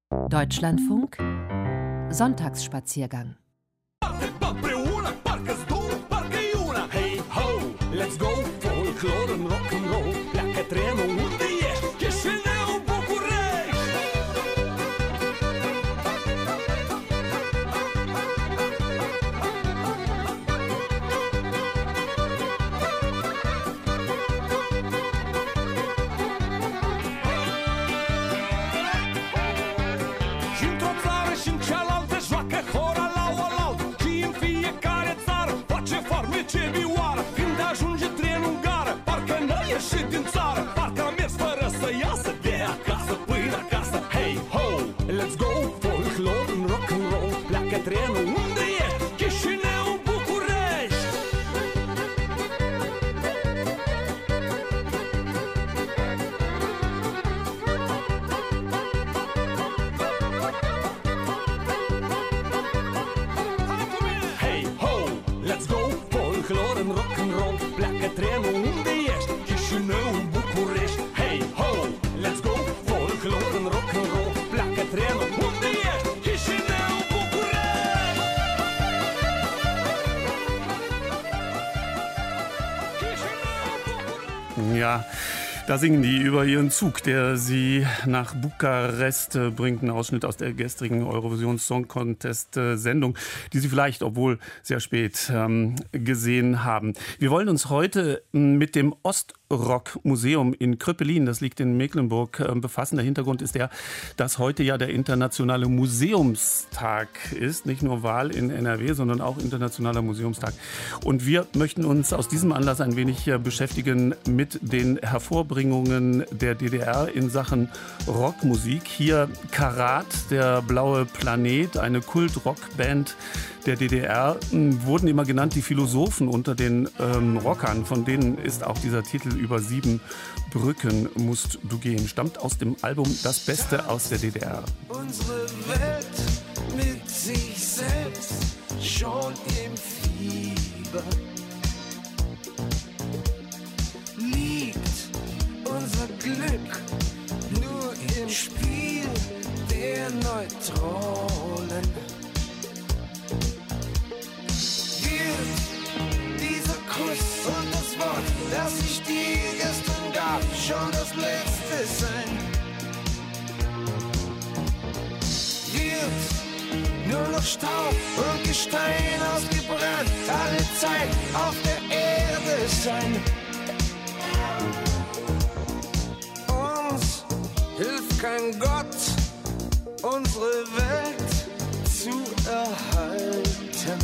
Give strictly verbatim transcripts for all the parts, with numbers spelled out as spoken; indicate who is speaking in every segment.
Speaker 1: Deutschlandfunk Sonntagsspaziergang.
Speaker 2: Hey ho, let's go, Folklore und Rock'n'Roll, pleacă trenul unde ești, Chișinău, București. Și într-o țară și în cealaltă joacă hora la oaltă, și în fiecare țară face farmece vioară. Când ajunge trenul în gară, parcă n-a ieșit din țară, parcă a mers fără să iasă de acasă până acasă. Hey ho, let's go, folklore and rock'n'roll, pleacă trenul unde ești, Chișinău, București. Hey ho, let's go, folklore and rock'n'roll, pleacă trenul unde ești, Chișinău, București. Hey ho, let's go, folklore and rock'n'roll, pleacă trenul unde ești, Chișinău, București.
Speaker 3: Ja, da singen die über ihren Zug, der sie nach Bukarest äh, bringt. Ein Ausschnitt aus der gestrigen Eurovision Song Contest äh, Sendung, die Sie vielleicht, obwohl sehr spät, ähm, gesehen haben. Wir wollen uns heute mit dem Ostrock-Museum in Kröpelin, das liegt in Mecklenburg, äh, befassen. Der Hintergrund ist der, dass heute ja der internationale Museumstag ist. Nicht nur Wahl in N R W, sondern auch internationaler Museumstag. Und wir möchten uns aus diesem Anlass ein wenig äh, beschäftigen mit den Hervorbringungen der D D R in Sachen Rockmusik. Hier Karat, der blaue Planet, eine Kult-Rockband der D D R, wurden immer genannt die Philosophen unter den ähm, Rockern. Von denen ist auch dieser Titel Über sieben Brücken musst du gehen. Stammt aus dem Album Das Beste aus der D D R.
Speaker 4: Unsere Welt mit sich selbst schon im Fieber. Liegt unser Glück nur im Spiel der Neutronen? Wird dieser Kuss und das Wort, das ich dir gestern gab, schon das letzte sein? Wird nur noch Staub und Gestein ausgebrannt alle Zeit auf der Erde sein? Uns hilft kein Gott, unsere Welt zu erhalten.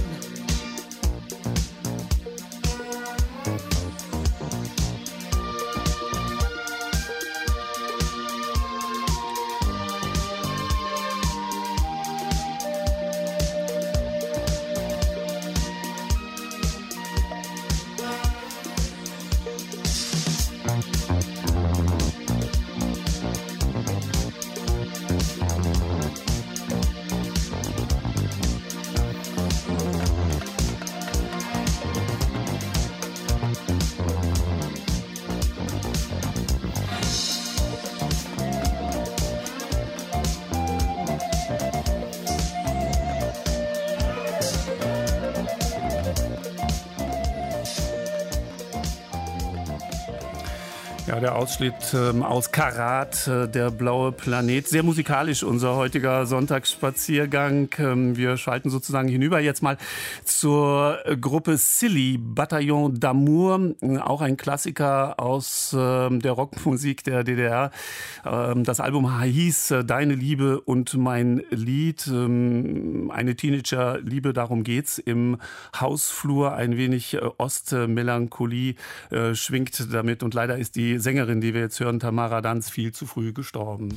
Speaker 3: Ja, der Ausschnitt ähm, aus Karat, äh, der blaue Planet. Sehr musikalisch unser heutiger Sonntagsspaziergang. Ähm, wir schalten sozusagen hinüber jetzt mal zur äh, Gruppe Silly, Bataillon d'Amour. Äh, auch ein Klassiker aus äh, der Rockmusik der D D R. Ähm, das Album hieß äh, Deine Liebe und mein Lied. Ähm, eine Teenager-Liebe, darum geht's. Im Hausflur ein wenig äh, Ostmelancholie äh, schwingt damit. Und leider ist die Sängerin, die wir jetzt hören, Tamara Danz, viel zu früh gestorben.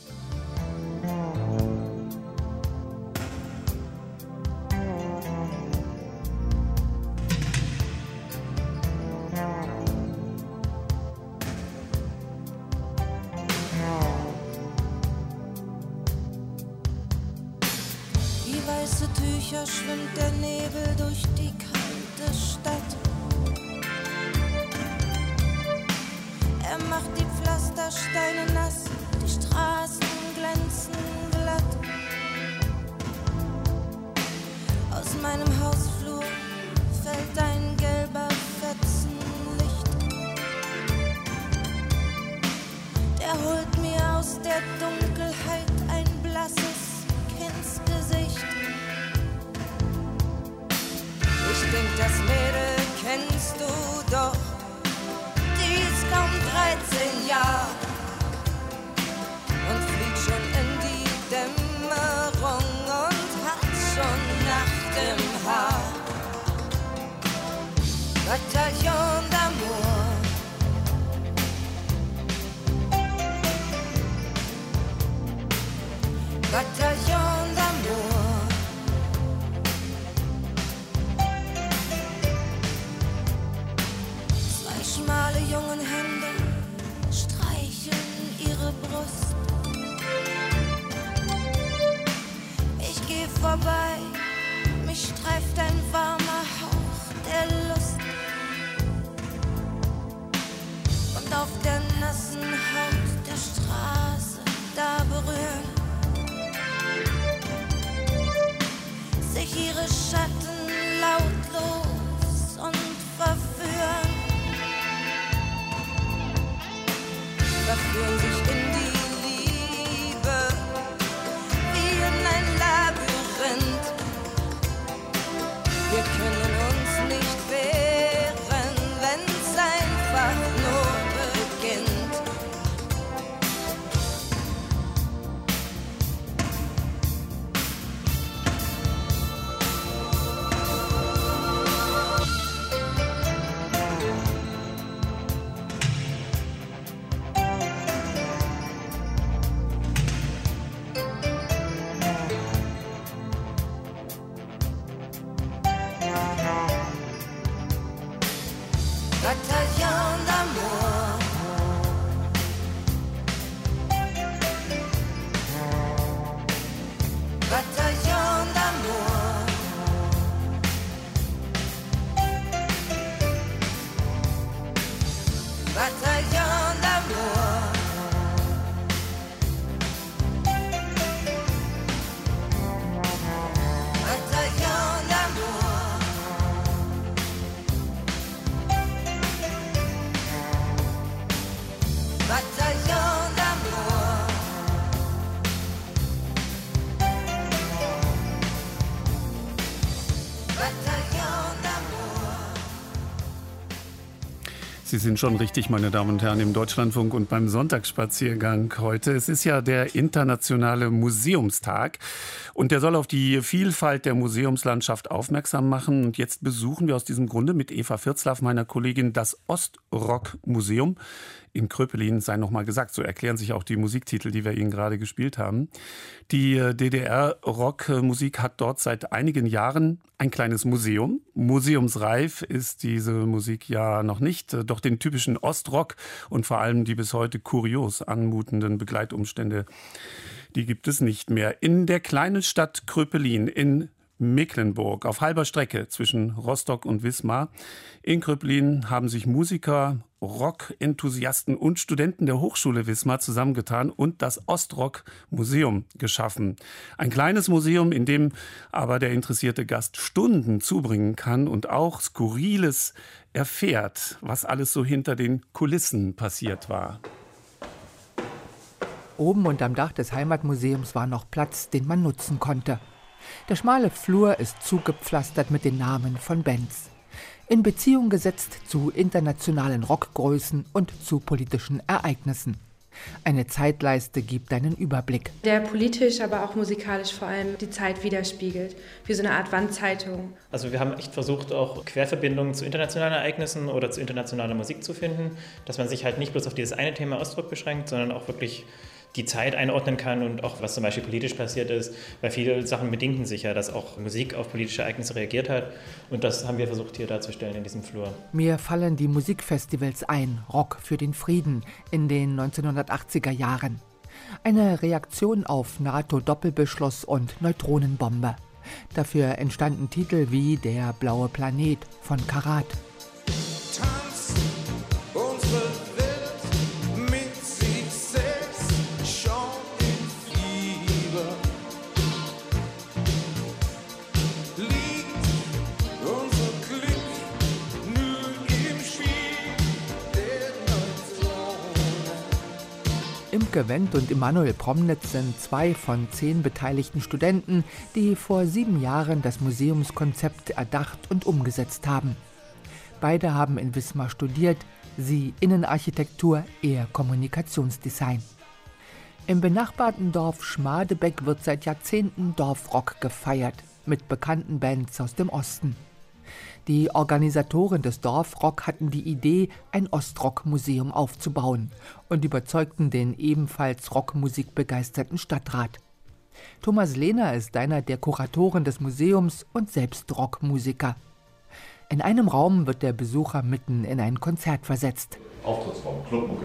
Speaker 5: Wie weiße Tücher schwimmt der Nebel durch die kalte Stadt. Er macht die Pflastersteine nass, die Straßen glänzen glatt. Bataillon d'amour. Bataillon d'amour. Zwei schmale jungen Hände streicheln ihre Brust. Ich geh vorbei, mich streift ein warmer Hauch der Lust. Und auf der nassen Haut der Straße da berühren sich ihre Schatten lautlos und verführen. Verführen sich in die Liebe wie in ein Labyrinth. Wir können uns nicht wehren, wenn's einfach nur beginnt. Bataillon d'amour. Bataillon d'amour. Bataillon d'amour. Bataillon d'amour. Bataillon d'amour. Bataillon d'amour.
Speaker 3: Sie sind schon richtig, meine Damen und Herren, im Deutschlandfunk und beim Sonntagsspaziergang heute. Es ist ja der internationale Museumstag und der soll auf die Vielfalt der Museumslandschaft aufmerksam machen. Und jetzt besuchen wir aus diesem Grunde mit Eva Virzlaff, meiner Kollegin, das Ostrock-Museum in Kröpelin. Sei noch mal gesagt, so erklären sich auch die Musiktitel, die wir Ihnen gerade gespielt haben. Die D D R-Rockmusik hat dort seit einigen Jahren ein kleines Museum. Museumsreif ist diese Musik ja noch nicht, doch den typischen Ostrock und vor allem die bis heute kurios anmutenden Begleitumstände, die gibt es nicht mehr. In der kleinen Stadt Kröpelin in Mecklenburg, auf halber Strecke zwischen Rostock und Wismar. In Kröpelin haben sich Musiker, Rock-Enthusiasten und Studenten der Hochschule Wismar zusammengetan und das Ostrock-Museum geschaffen. Ein kleines Museum, in dem aber der interessierte Gast Stunden zubringen kann und auch Skurriles erfährt, was alles so hinter den Kulissen passiert war.
Speaker 1: Oben unterm Dach des Heimatmuseums war noch Platz, den man nutzen konnte. Der schmale Flur ist zugepflastert mit den Namen von Bands. In Beziehung gesetzt zu internationalen Rockgrößen und zu politischen Ereignissen. Eine Zeitleiste gibt einen Überblick.
Speaker 6: Der politisch, aber auch musikalisch vor allem die Zeit widerspiegelt, wie so eine Art Wandzeitung.
Speaker 7: Also wir haben echt versucht, auch Querverbindungen zu internationalen Ereignissen oder zu internationaler Musik zu finden, dass man sich halt nicht bloß auf dieses eine Thema Ostrock beschränkt, sondern auch wirklich die Zeit einordnen kann und auch was zum Beispiel politisch passiert ist, weil viele Sachen bedingten sich ja, dass auch Musik auf politische Ereignisse reagiert hat und das haben wir versucht hier darzustellen in diesem Flur.
Speaker 1: Mir fallen die Musikfestivals ein, Rock für den Frieden in den neunzehnhundertachtziger Jahren. Eine Reaktion auf NATO-Doppelbeschluss und Neutronenbombe. Dafür entstanden Titel wie Der blaue Planet von Karat.
Speaker 4: Tanz unsere Welt mit sich selbst schon im Fieber. Liegt unser Glück nur im Spiel der Neutronen.
Speaker 1: Imke Wendt und Emanuel Promnitz sind zwei von zehn beteiligten Studenten, die vor sieben Jahren das Museumskonzept erdacht und umgesetzt haben. Beide haben in Wismar studiert, sie Innenarchitektur, er Kommunikationsdesign. Im benachbarten Dorf Schmadebeck wird seit Jahrzehnten Dorfrock gefeiert, mit bekannten Bands aus dem Osten. Die Organisatoren des Dorfrock hatten die Idee, ein Ostrock-Museum aufzubauen und überzeugten den ebenfalls Rockmusik begeisterten Stadtrat. Thomas Lehner ist einer der Kuratoren des Museums und selbst Rockmusiker. In einem Raum wird der Besucher mitten in ein Konzert versetzt.
Speaker 8: Auftrittsraum, Clubmucke.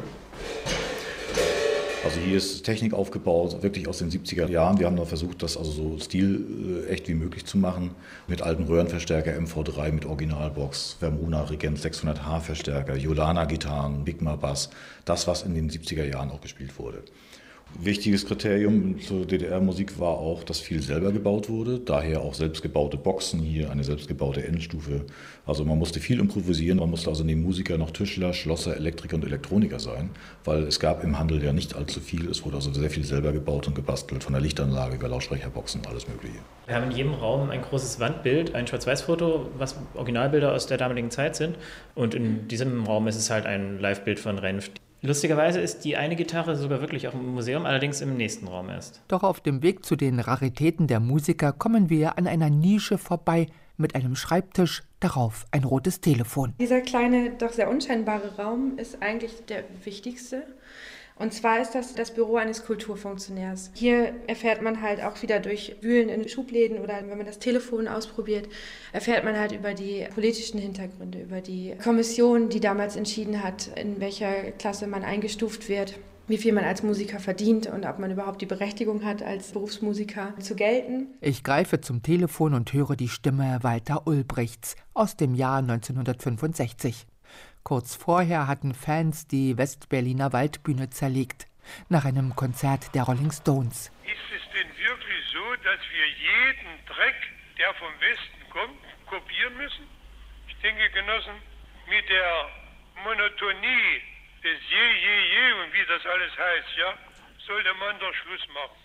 Speaker 8: Also hier ist Technik aufgebaut, wirklich aus den siebziger Jahren. Wir haben da versucht, das also so stilecht wie möglich zu machen. Mit alten Röhrenverstärker, M V drei mit Originalbox, Vermona Regent sechshundert H Verstärker, Yolana-Gitarren, Bigma Bass. Das, was in den siebziger Jahren auch gespielt wurde. Wichtiges Kriterium zur D D R-Musik war auch, dass viel selber gebaut wurde. Daher auch selbstgebaute Boxen, hier eine selbstgebaute Endstufe. Also man musste viel improvisieren, man musste also neben Musiker noch Tischler, Schlosser, Elektriker und Elektroniker sein, weil es gab im Handel ja nicht allzu viel. Es wurde also sehr viel selber gebaut und gebastelt, von der Lichtanlage über Lautsprecherboxen, alles Mögliche.
Speaker 7: Wir haben in jedem Raum ein großes Wandbild, ein Schwarz-Weiß-Foto, was Originalbilder aus der damaligen Zeit sind. Und in diesem Raum ist es halt ein Live-Bild von Renf. Lustigerweise ist die eine Gitarre sogar wirklich auch im Museum, allerdings im nächsten Raum erst.
Speaker 1: Doch auf dem Weg zu den Raritäten der Musiker kommen wir an einer Nische vorbei mit einem Schreibtisch, darauf ein rotes Telefon.
Speaker 6: Dieser kleine, doch sehr unscheinbare Raum ist eigentlich der wichtigste. Und zwar ist das das Büro eines Kulturfunktionärs. Hier erfährt man halt auch wieder durch Wühlen in Schubläden oder wenn man das Telefon ausprobiert, erfährt man halt über die politischen Hintergründe, über die Kommission, die damals entschieden hat, in welcher Klasse man eingestuft wird, wie viel man als Musiker verdient und ob man überhaupt die Berechtigung hat, als Berufsmusiker zu gelten.
Speaker 1: Ich greife zum Telefon und höre die Stimme Walter Ulbrichts aus dem Jahr neunzehnhundertfünfundsechzig. Kurz vorher hatten Fans die Westberliner Waldbühne zerlegt, nach einem Konzert der Rolling Stones.
Speaker 9: Ist es denn wirklich so, dass wir jeden Dreck, der vom Westen kommt, kopieren müssen? Ich denke, Genossen, mit der Monotonie des Je, Je, Je und wie das alles heißt, ja, sollte man doch Schluss machen.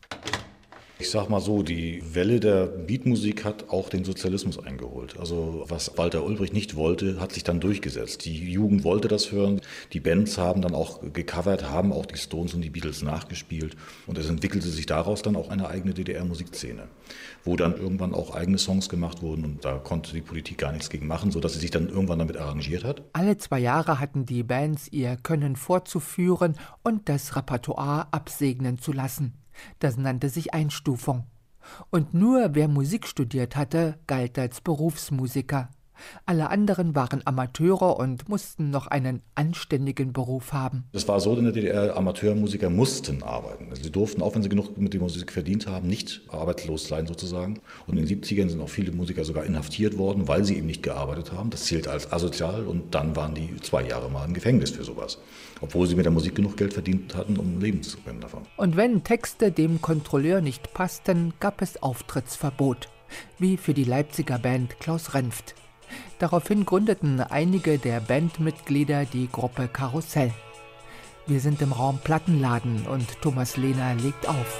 Speaker 8: Ich sag mal so, die Welle der Beatmusik hat auch den Sozialismus eingeholt. Also was Walter Ulbricht nicht wollte, hat sich dann durchgesetzt. Die Jugend wollte das hören. Die Bands haben dann auch gecovert, haben auch die Stones und die Beatles nachgespielt. Und es entwickelte sich daraus dann auch eine eigene D D R-Musikszene, wo dann irgendwann auch eigene Songs gemacht wurden. Und da konnte die Politik gar nichts gegen machen, sodass sie sich dann irgendwann damit arrangiert hat.
Speaker 1: Alle zwei Jahre hatten die Bands ihr Können vorzuführen und das Repertoire absegnen zu lassen. Das nannte sich Einstufung. Und nur wer Musik studiert hatte, galt als Berufsmusiker. Alle anderen waren Amateure und mussten noch einen anständigen Beruf haben.
Speaker 8: Es war so in der D D R, Amateurmusiker mussten arbeiten. Also sie durften, auch wenn sie genug mit der Musik verdient haben, nicht arbeitslos sein sozusagen. Und in den siebzigern sind auch viele Musiker sogar inhaftiert worden, weil sie eben nicht gearbeitet haben. Das zählt als asozial und dann waren die zwei Jahre mal im Gefängnis für sowas. Obwohl sie mit der Musik genug Geld verdient hatten, um leben zu können davon.
Speaker 1: Und wenn Texte dem Kontrolleur nicht passten, gab es Auftrittsverbot. Wie für die Leipziger Band Klaus Renft. Daraufhin gründeten einige der Bandmitglieder die Gruppe Karussell. Wir sind im Raum Plattenladen und Thomas Lehner legt auf.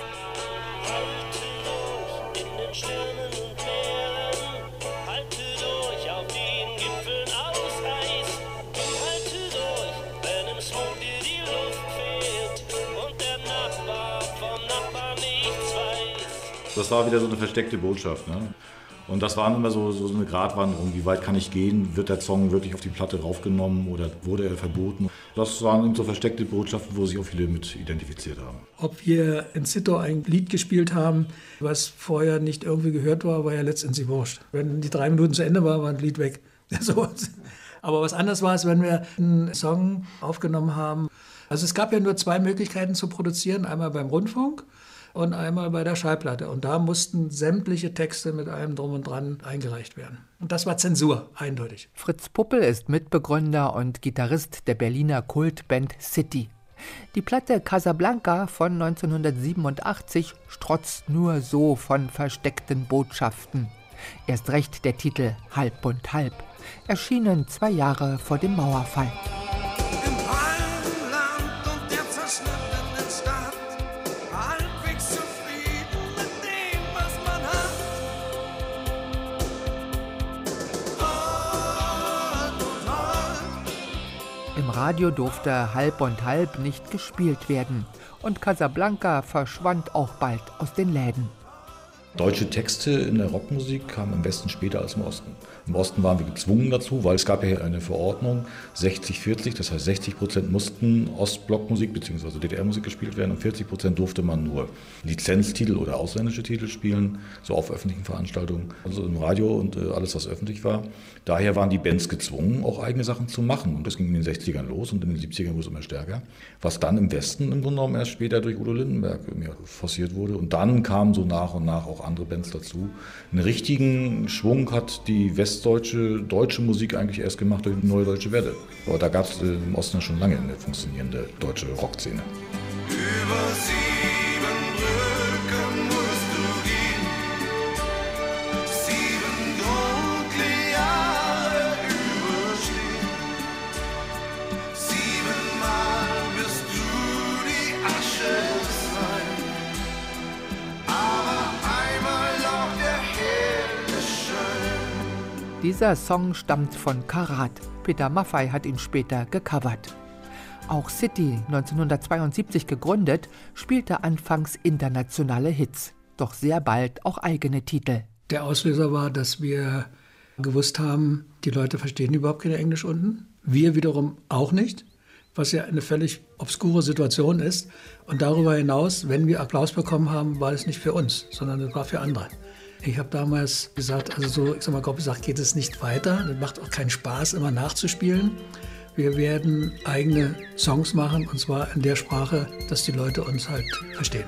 Speaker 8: Das war wieder so eine versteckte Botschaft, ne? Und das war immer so, so eine Gratwanderung, wie weit kann ich gehen, wird der Song wirklich auf die Platte raufgenommen oder wurde er verboten. Das waren eben so versteckte Botschaften, wo sich auch viele mit identifiziert haben.
Speaker 10: Ob wir in Zittau ein Lied gespielt haben, was vorher nicht irgendwie gehört war, war ja letztendlich wurscht. Wenn die drei Minuten zu Ende war, war ein Lied weg. Aber was anderes war es, wenn wir einen Song aufgenommen haben. Also es gab ja nur zwei Möglichkeiten zu produzieren, einmal beim Rundfunk und einmal bei der Schallplatte. Und da mussten sämtliche Texte mit allem Drum und Dran eingereicht werden. Und das war Zensur, eindeutig.
Speaker 1: Fritz Puppel ist Mitbegründer und Gitarrist der Berliner Kultband City. Die Platte Casablanca von neunzehnhundertsiebenundachtzig strotzt nur so von versteckten Botschaften. Erst recht der Titel Halb und Halb, erschienen zwei Jahre vor dem Mauerfall. Im Radio durfte Halb und Halb nicht gespielt werden und Casablanca verschwand auch bald aus den Läden.
Speaker 8: Deutsche Texte in der Rockmusik kamen im Westen später als im Osten. Im Osten waren wir gezwungen dazu, weil es gab ja hier eine Verordnung sechzig vierzig, das heißt sechzig Prozent mussten Ostblockmusik bzw. D D R-Musik gespielt werden und vierzig Prozent durfte man nur Lizenztitel oder ausländische Titel spielen, so auf öffentlichen Veranstaltungen, also im Radio und äh, alles, was öffentlich war. Daher waren die Bands gezwungen, auch eigene Sachen zu machen und das ging in den sechzigern los und in den siebzigern wurde es immer stärker, was dann im Westen im Grunde genommen erst später durch Udo Lindenberg mehr forciert wurde und dann kamen so nach und nach auch andere Bands dazu. Einen richtigen Schwung hat die westdeutsche, deutsche Musik eigentlich erst gemacht durch die Neue Deutsche Welle. Aber da gab es im Osten schon lange eine funktionierende deutsche Rockszene.
Speaker 4: Über sieben Brücken musst du gehen, sieben dunkle Jahre überstehen, siebenmal wirst du die Asche sein, aber einmal noch der helle Schein.
Speaker 1: Dieser Song stammt von Karat. Peter Maffay hat ihn später gecovert. Auch City, neunzehnhundertzweiundsiebzig gegründet, spielte anfangs internationale Hits, doch sehr bald auch eigene Titel.
Speaker 10: Der Auslöser war, dass wir gewusst haben, die Leute verstehen überhaupt kein Englisch unten. Wir wiederum auch nicht, was ja eine völlig obskure Situation ist. Und darüber hinaus, wenn wir Applaus bekommen haben, war es nicht für uns, sondern es war für andere. Ich habe damals gesagt, also so, ich sag mal, grob gesagt, geht es nicht weiter. Das macht auch keinen Spaß, immer nachzuspielen. Wir werden eigene Songs machen, und zwar in der Sprache, dass die Leute uns halt verstehen.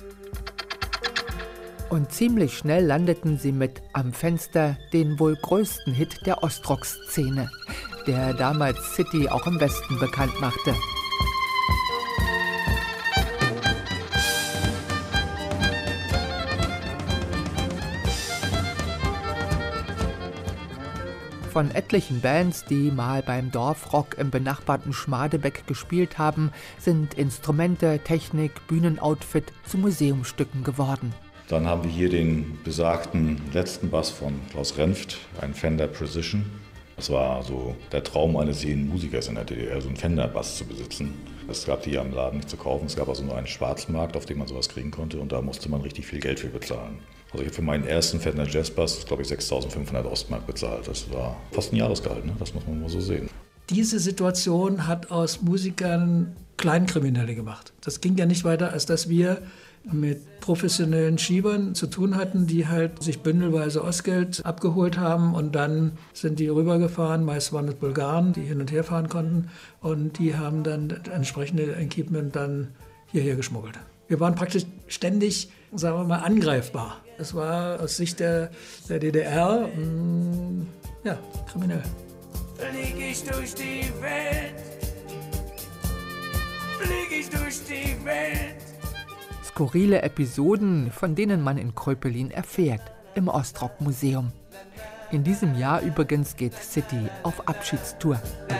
Speaker 1: Und ziemlich schnell landeten sie mit Am Fenster den wohl größten Hit der Ostrock-Szene, der damals City auch im Westen bekannt machte. Von etlichen Bands, die mal beim Dorfrock im benachbarten Schmadebeck gespielt haben, sind Instrumente, Technik, Bühnenoutfit zu Museumsstücken geworden.
Speaker 8: Dann haben wir hier den besagten letzten Bass von Klaus Renft, ein Fender Precision. Das war so der Traum eines jeden Musikers in der D D R, so einen Fender-Bass zu besitzen. Es gab die ja im Laden nicht zu kaufen, es gab also nur einen Schwarzmarkt, auf dem man sowas kriegen konnte und da musste man richtig viel Geld für bezahlen. Also ich habe für meinen ersten Fender Jazzbass, glaube ich, sechstausendfünfhundert Ostmark bezahlt. Das war fast ein Jahresgehalt, ne? Das muss man mal so sehen.
Speaker 10: Diese Situation hat aus Musikern Kleinkriminelle gemacht. Das ging ja nicht weiter, als dass wir mit professionellen Schiebern zu tun hatten, die halt sich bündelweise Ostgeld abgeholt haben und dann sind die rübergefahren, meist waren es Bulgaren, die hin und her fahren konnten und die haben dann das entsprechende Equipment dann hierher geschmuggelt. Wir waren praktisch ständig, sagen wir mal, angreifbar. Das war aus Sicht der, der D D R, mh, ja, kriminell.
Speaker 4: Flieg ich durch die Welt, flieg ich durch die Welt.
Speaker 1: Skurrile Episoden, von denen man in Kröpelin erfährt, im Ostrock-Museum. In diesem Jahr übrigens geht City auf Abschiedstour.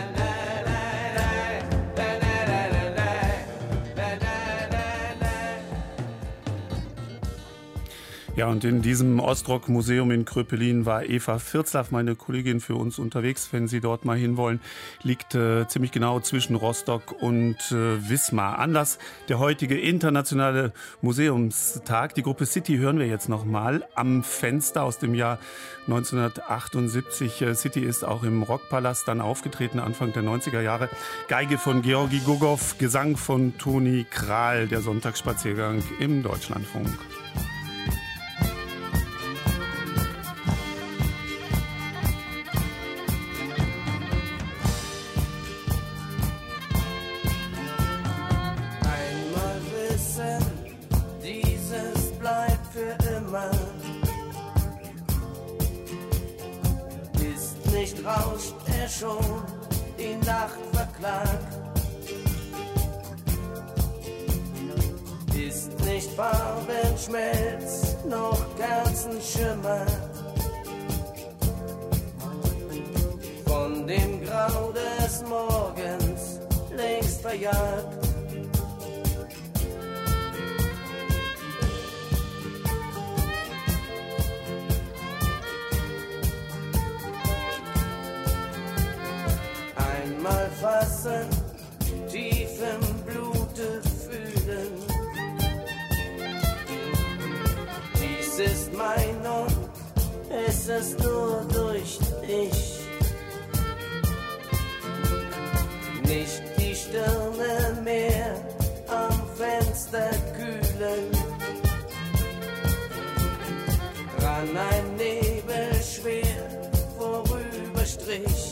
Speaker 3: Ja, und in diesem Ostrock-Museum in Kröpelin war Eva Viertslaff, meine Kollegin, für uns unterwegs. Wenn Sie dort mal hinwollen, liegt äh, ziemlich genau zwischen Rostock und äh, Wismar. Anlass der heutige internationale Museumstag. Die Gruppe City hören wir jetzt noch mal. Am Fenster aus dem Jahr neunzehnhundertachtundsiebzig. Äh, City ist auch im Rockpalast dann aufgetreten, Anfang der neunziger Jahre. Geige von Georgi Gogow, Gesang von Toni Kral, der Sonntagsspaziergang im Deutschlandfunk.
Speaker 4: Rauscht er schon die Nacht verklagt, ist nicht Farbenschmelz noch Kerzenschimmer von dem Grau des Morgens längst verjagt. Fassen, tief im Blute fühlen, die es ist mein und es ist nur durch dich. Nicht die Stirne mehr am Fenster kühlen, ran ein Nebel schwer vorüberstrich.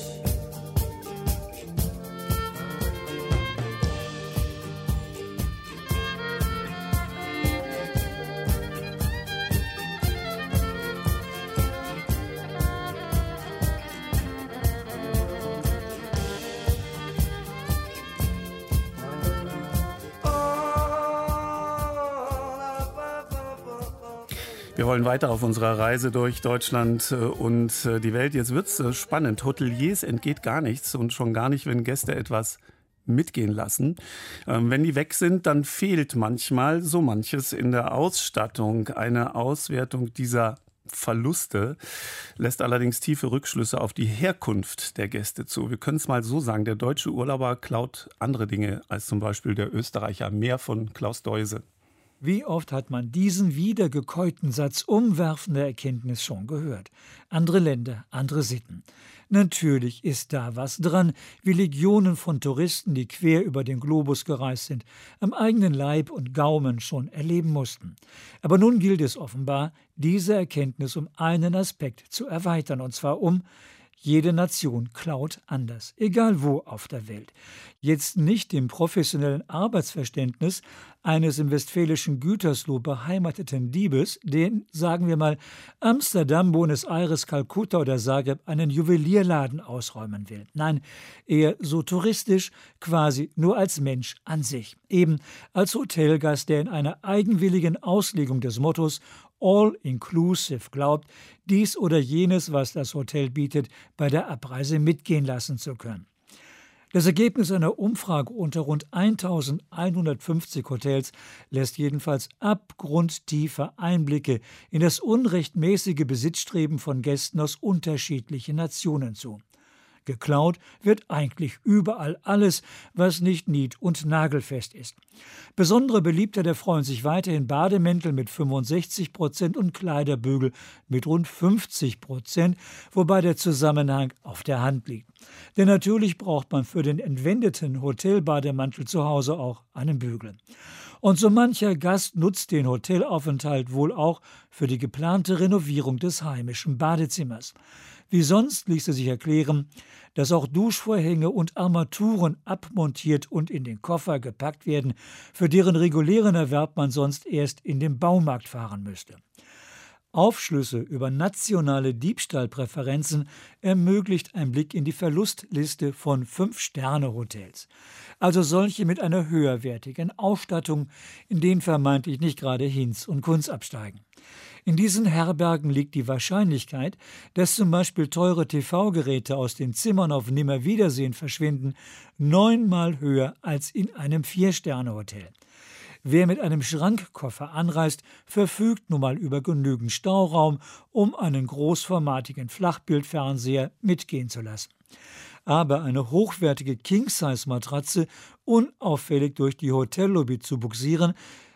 Speaker 3: Wir wollen weiter auf unserer Reise durch Deutschland und die Welt. Jetzt wird's spannend. Hoteliers entgeht gar nichts und schon gar nicht, wenn Gäste etwas mitgehen lassen. Wenn die weg sind, dann fehlt manchmal so manches in der Ausstattung. Eine Auswertung dieser Verluste lässt allerdings tiefe Rückschlüsse auf die Herkunft der Gäste zu. Wir können es mal so sagen, der deutsche Urlauber klaut andere Dinge als zum Beispiel der Österreicher. Mehr von Klaus Deuse.
Speaker 11: Wie oft hat man diesen wiedergekäuten Satz umwerfender Erkenntnis schon gehört? Andere Länder, andere Sitten. Natürlich ist da was dran, wie Legionen von Touristen, die quer über den Globus gereist sind, am eigenen Leib und Gaumen schon erleben mussten. Aber nun gilt es offenbar, diese Erkenntnis um einen Aspekt zu erweitern, und zwar um: jede Nation klaut anders, egal wo auf der Welt. Jetzt nicht im professionellen Arbeitsverständnis eines im westfälischen Gütersloh beheimateten Diebes, den, sagen wir mal, Amsterdam, Buenos Aires, Kalkutta oder Zagreb einen Juwelierladen ausräumen will. Nein, eher so touristisch, quasi nur als Mensch an sich. Eben als Hotelgast, der in einer eigenwilligen Auslegung des Mottos All-Inclusive glaubt, dies oder jenes, was das Hotel bietet, bei der Abreise mitgehen lassen zu können. Das Ergebnis einer Umfrage unter rund eintausendeinhundertfünfzig Hotels lässt jedenfalls abgrundtiefe Einblicke in das unrechtmäßige Besitzstreben von Gästen aus unterschiedlichen Nationen zu. Geklaut wird eigentlich überall alles, was nicht nied- und nagelfest ist. Besondere Beliebtheit erfreuen sich weiterhin Bademäntel mit fünfundsechzig Prozent und Kleiderbügel mit rund fünfzig Prozent, wobei der Zusammenhang auf der Hand liegt. Denn natürlich braucht man für den entwendeten Hotelbademantel zu Hause auch einen Bügel. Und so mancher Gast nutzt den Hotelaufenthalt wohl auch für die geplante Renovierung des heimischen Badezimmers. Wie sonst ließe sich erklären, dass auch Duschvorhänge und Armaturen abmontiert und in den Koffer gepackt werden, für deren regulären Erwerb man sonst erst in den Baumarkt fahren müsste. Aufschlüsse über nationale Diebstahlpräferenzen ermöglicht ein Blick in die Verlustliste von Fünf-Sterne-Hotels. Also solche mit einer höherwertigen Ausstattung, in denen vermeintlich nicht gerade Hinz und Kunz absteigen. In diesen Herbergen liegt die Wahrscheinlichkeit, dass zum Beispiel teure T V-Geräte aus den Zimmern auf Nimmerwiedersehen verschwinden, neunmal höher als in einem Vier-Sterne-Hotel. Wer mit einem Schrankkoffer anreist, verfügt nun mal über genügend Stauraum, um einen großformatigen Flachbildfernseher mitgehen zu lassen. Aber eine hochwertige King-Size-Matratze unauffällig durch die Hotellobby zu bugsieren,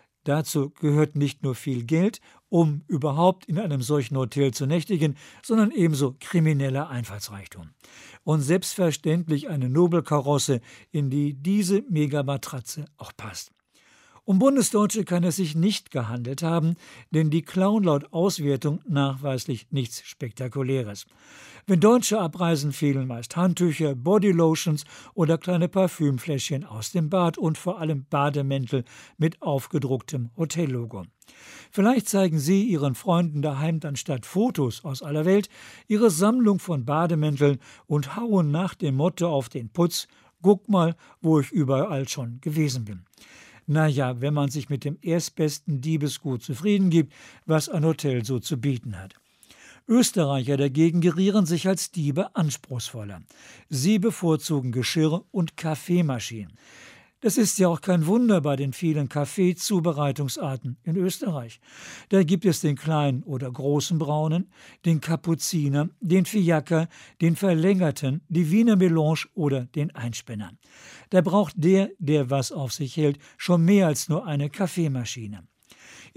Speaker 11: dazu gehört nicht nur viel Geld, um überhaupt in einem solchen Hotel zu nächtigen, sondern ebenso krimineller Einfallsreichtum. Und selbstverständlich eine Nobelkarosse, in die diese Megamatratze auch passt. Um Bundesdeutsche kann es sich nicht gehandelt haben, denn die klauen laut Auswertung nachweislich nichts Spektakuläres. Wenn Deutsche abreisen, fehlen meist Handtücher, Bodylotions oder kleine Parfümfläschchen aus dem Bad und vor allem Bademäntel mit aufgedrucktem Hotellogo. Vielleicht zeigen Sie Ihren Freunden daheim dann statt Fotos aus aller Welt Ihre Sammlung von Bademänteln und hauen nach dem Motto auf den Putz: Guck mal, wo ich überall schon gewesen bin. Naja, wenn man sich mit dem erstbesten Diebesgut zufrieden gibt, was ein Hotel so zu bieten hat. Österreicher dagegen gerieren sich als Diebe anspruchsvoller. Sie bevorzugen Geschirr und Kaffeemaschinen. Das ist ja auch kein Wunder bei den vielen Kaffeezubereitungsarten in Österreich. Da gibt es den kleinen oder großen Braunen, den Kapuziner, den Fiaker, den Verlängerten, die Wiener Melange oder den Einspänner. Da braucht der, der was auf sich hält, schon mehr als nur eine Kaffeemaschine.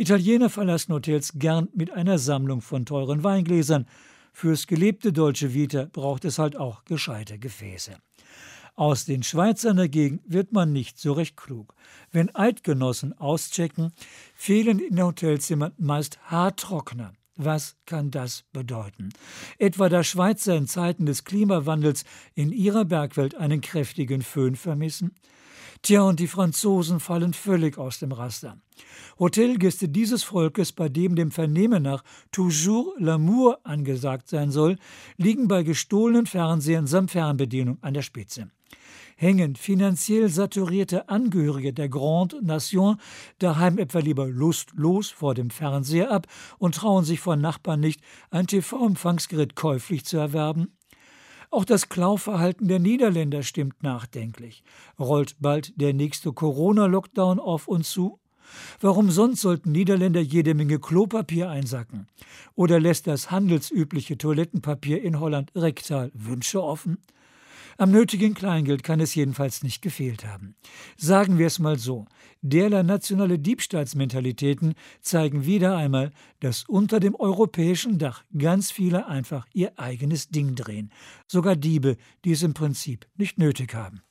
Speaker 11: Italiener verlassen Hotels gern mit einer Sammlung von teuren Weingläsern. Fürs gelebte Dolce Vita braucht es halt auch gescheite Gefäße. Aus den Schweizern dagegen wird man nicht so recht klug. Wenn Eidgenossen auschecken, fehlen in den Hotelzimmern meist Haartrockner. Was kann das bedeuten? Etwa da Schweizer in Zeiten des Klimawandels in ihrer Bergwelt einen kräftigen Föhn vermissen? Tja, und die Franzosen fallen völlig aus dem Raster. Hotelgäste dieses Volkes, bei dem dem Vernehmen nach toujours l'amour angesagt sein soll, liegen bei gestohlenen Fernsehern samt Fernbedienung an der Spitze. Hängen finanziell saturierte Angehörige der Grande Nation daheim etwa lieber lustlos vor dem Fernseher ab und trauen sich von Nachbarn nicht, ein T V-Empfangsgerät käuflich zu erwerben? Auch das Klauverhalten der Niederländer stimmt nachdenklich. Rollt bald der nächste Corona-Lockdown auf uns zu? Warum sonst sollten Niederländer jede Menge Klopapier einsacken? Oder lässt das handelsübliche Toilettenpapier in Holland rektal Wünsche offen? Am nötigen Kleingeld kann es jedenfalls nicht gefehlt haben. Sagen wir es mal so, derlei nationale Diebstahlsmentalitäten zeigen wieder einmal, dass unter dem europäischen Dach ganz viele einfach ihr eigenes Ding drehen. Sogar Diebe, die es im Prinzip nicht nötig haben.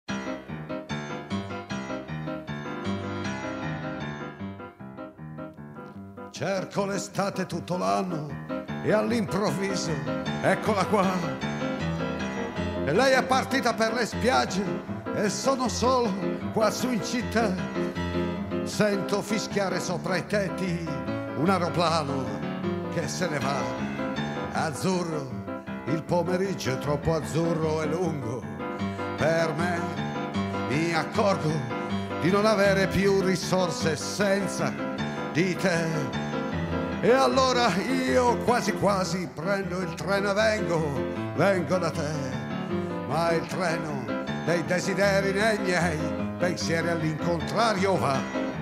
Speaker 12: Cerco l'estate tutto l'anno e all'improvviso eccola qua. E lei è partita per le spiagge e sono solo qua su in città. Sento fischiare sopra i tetti un aeroplano che se ne va. Azzurro, il pomeriggio è troppo azzurro e lungo per me. Mi accorgo di non avere più risorse senza di te. E allora io quasi quasi prendo il treno e vengo, vengo da te. Ma il treno dei desideri nei miei pensieri all'incontrario va.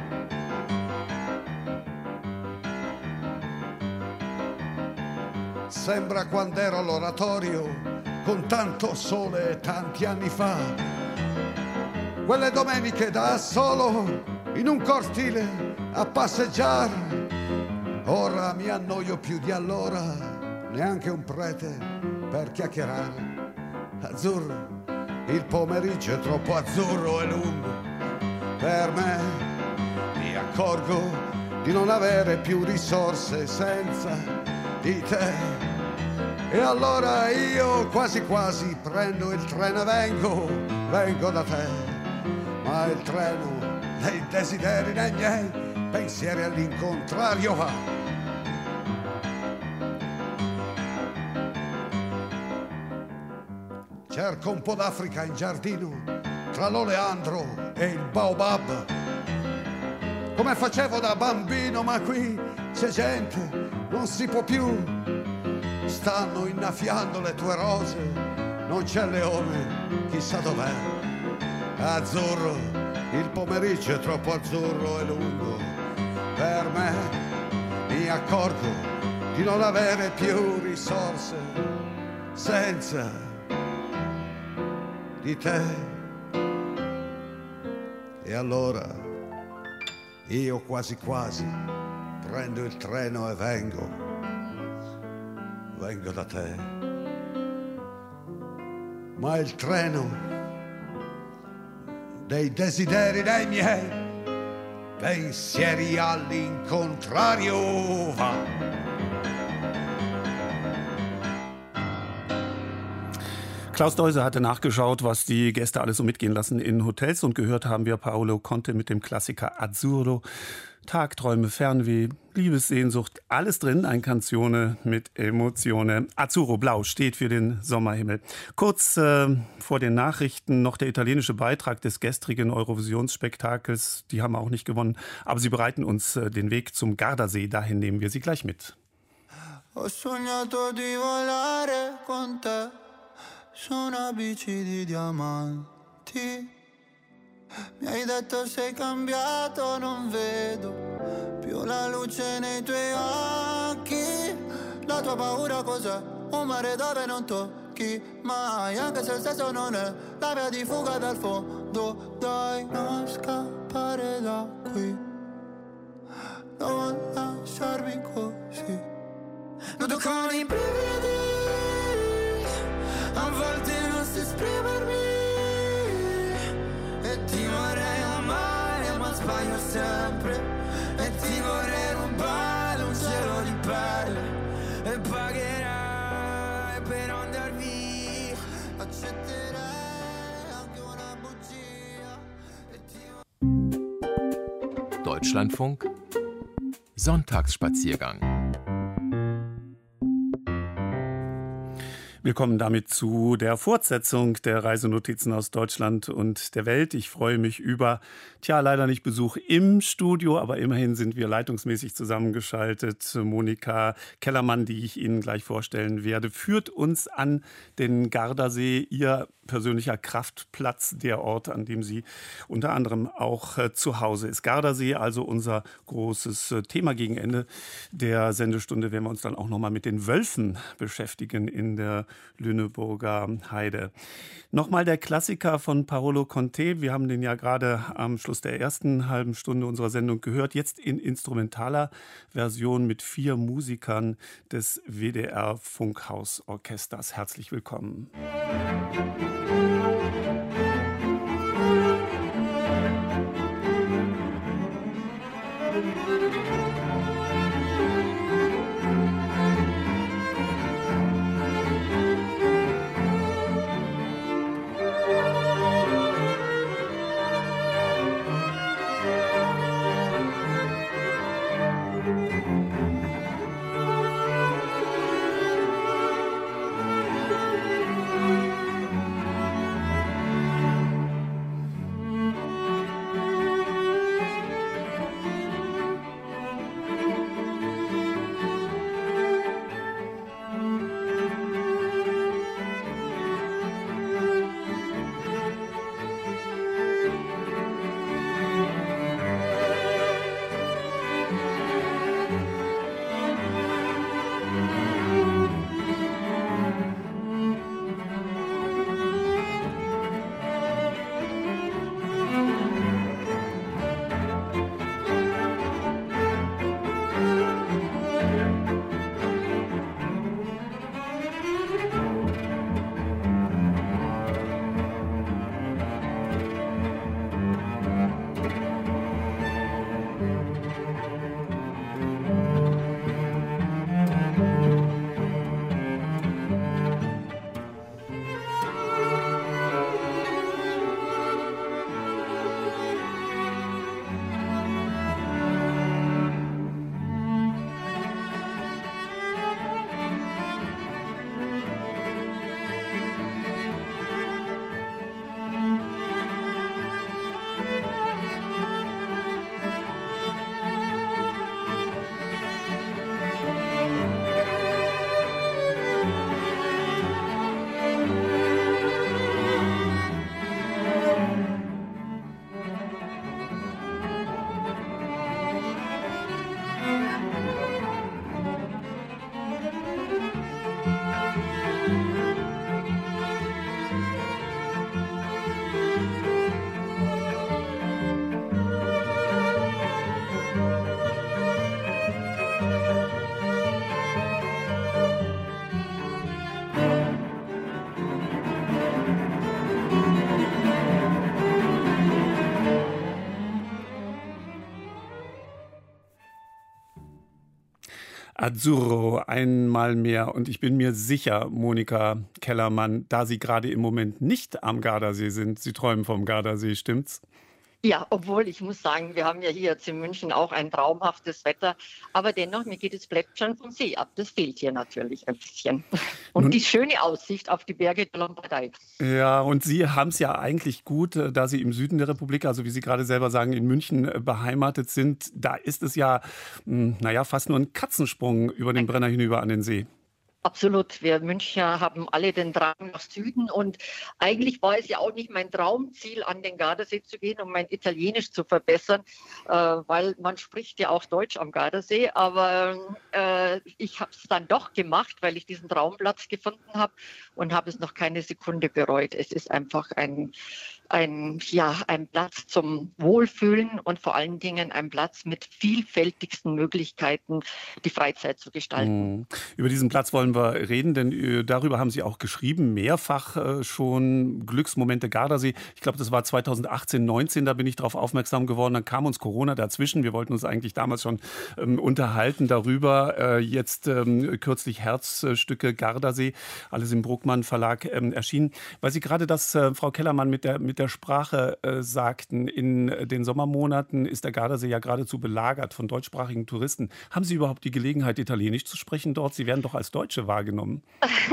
Speaker 12: Sembra quando ero all'oratorio con tanto sole tanti anni fa. Quelle domeniche da solo in un cortile a passeggiare. Ora mi annoio più di allora, neanche un prete per chiacchierare. Azzurro, il pomeriggio è troppo azzurro e lungo per me. Mi accorgo di non avere più risorse senza di te. E allora io quasi quasi prendo il treno e vengo, vengo da te. Ma il treno dei desideri nei miei pensieri all'incontrario va. Cerco un po' d'Africa in giardino, tra l'oleandro e il baobab. Come facevo da bambino, ma qui c'è gente, non si può più. Stanno innaffiando le tue rose, non c'è leone, chissà dov'è. Azzurro, il pomeriggio è troppo azzurro e lungo per me. Mi accorgo di non avere più risorse senza di te. E allora io quasi quasi prendo il treno e vengo, vengo da te. Ma il treno dei desideri dei miei pensieri all'incontrario va.
Speaker 3: Klaus Deuser hatte nachgeschaut, was die Gäste alles so mitgehen lassen in Hotels, und gehört haben wir Paolo Conte mit dem Klassiker Azzurro. Tagträume, Fernweh, Liebessehnsucht, alles drin, ein Canzone mit Emozione. Azzurro, blau, steht für den Sommerhimmel. Kurz äh, vor den Nachrichten noch der italienische Beitrag des gestrigen Eurovisionsspektakels. Die haben auch nicht gewonnen, aber sie bereiten uns äh, den Weg zum Gardasee. Dahin nehmen wir sie gleich mit.
Speaker 13: Ho sognato di volare con te su una bici di diamanti. Mi hai detto sei cambiato, non vedo più la luce nei tuoi occhi. La tua paura cos'è? Un mare dove non tocchi mai, anche se il senso non è la via di fuga dal fondo. Dai, non scappare da qui. non lasciarmi così. Noto con i brividi, a volte non so esprimermi, e ti vorrei amare ma sbaglio sempre, e ti vorrei rubare un cielo di perle, e pagherai per andar via, accetterei anche una bugia, e ti...
Speaker 14: Deutschlandfunk Sonntagsspaziergang.
Speaker 3: Wir kommen damit zu der Fortsetzung der Reisenotizen aus Deutschland und der Welt. Ich freue mich über, tja, leider nicht Besuch im Studio, aber immerhin sind wir leitungsmäßig zusammengeschaltet. Monika Kellermann, die ich Ihnen gleich vorstellen werde, führt uns an den Gardasee, ihr persönlicher Kraftplatz, der Ort, an dem sie unter anderem auch äh, zu Hause ist. Gardasee, also unser großes äh, Thema gegen Ende der Sendestunde, werden wir uns dann auch nochmal mit den Wölfen beschäftigen in der Lüneburger Heide. Nochmal der Klassiker von Paolo Conte. Wir haben den ja gerade am Schluss der ersten halben Stunde unserer Sendung gehört. Jetzt in instrumentaler Version mit vier Musikern des W D R Funkhausorchesters. Herzlich willkommen. Azzurro, einmal mehr. Und ich bin mir sicher, Monika Kellermann, da Sie gerade im Moment nicht am Gardasee sind, Sie träumen vom Gardasee, stimmt's?
Speaker 15: Ja, obwohl ich muss sagen, wir haben ja hier jetzt in München auch ein traumhaftes Wetter. Aber dennoch, mir geht das Plätschern vom See ab. Das fehlt hier natürlich ein bisschen. Und Nun, die schöne Aussicht auf die Berge der Lombardei.
Speaker 3: Ja, und Sie haben es ja eigentlich gut, da Sie im Süden der Republik, also wie Sie gerade selber sagen, in München beheimatet sind. Da ist es ja, naja, fast nur ein Katzensprung über den Brenner hinüber an den See.
Speaker 15: Absolut. Wir Münchner haben alle den Drang nach Süden und eigentlich war es ja auch nicht mein Traumziel, an den Gardasee zu gehen, um mein Italienisch zu verbessern, äh, weil man spricht ja auch Deutsch am Gardasee, aber äh, ich habe es dann doch gemacht, weil ich diesen Traumplatz gefunden habe und habe es noch keine Sekunde bereut. Es ist einfach ein, ein, ja, ein Platz zum Wohlfühlen und vor allen Dingen ein Platz mit vielfältigsten Möglichkeiten, die Freizeit zu gestalten.
Speaker 3: Mhm. Über diesen Platz wollen wir reden, denn äh, darüber haben Sie auch geschrieben, mehrfach äh, schon Glücksmomente Gardasee. Ich glaube, das war zweitausendachtzehn, neunzehn, da bin ich darauf aufmerksam geworden. Dann kam uns Corona dazwischen. Wir wollten uns eigentlich damals schon ähm, unterhalten darüber. Äh, jetzt ähm, kürzlich Herzstücke Gardasee, alles im Bruckmann Verlag ähm, erschienen. Weil Sie gerade das, äh, Frau Kellermann, mit der, mit der Sprache äh, sagten, in den Sommermonaten ist der Gardasee ja geradezu belagert von deutschsprachigen Touristen. Haben Sie überhaupt die Gelegenheit, Italienisch zu sprechen dort? Sie werden doch als Deutsche wahrgenommen.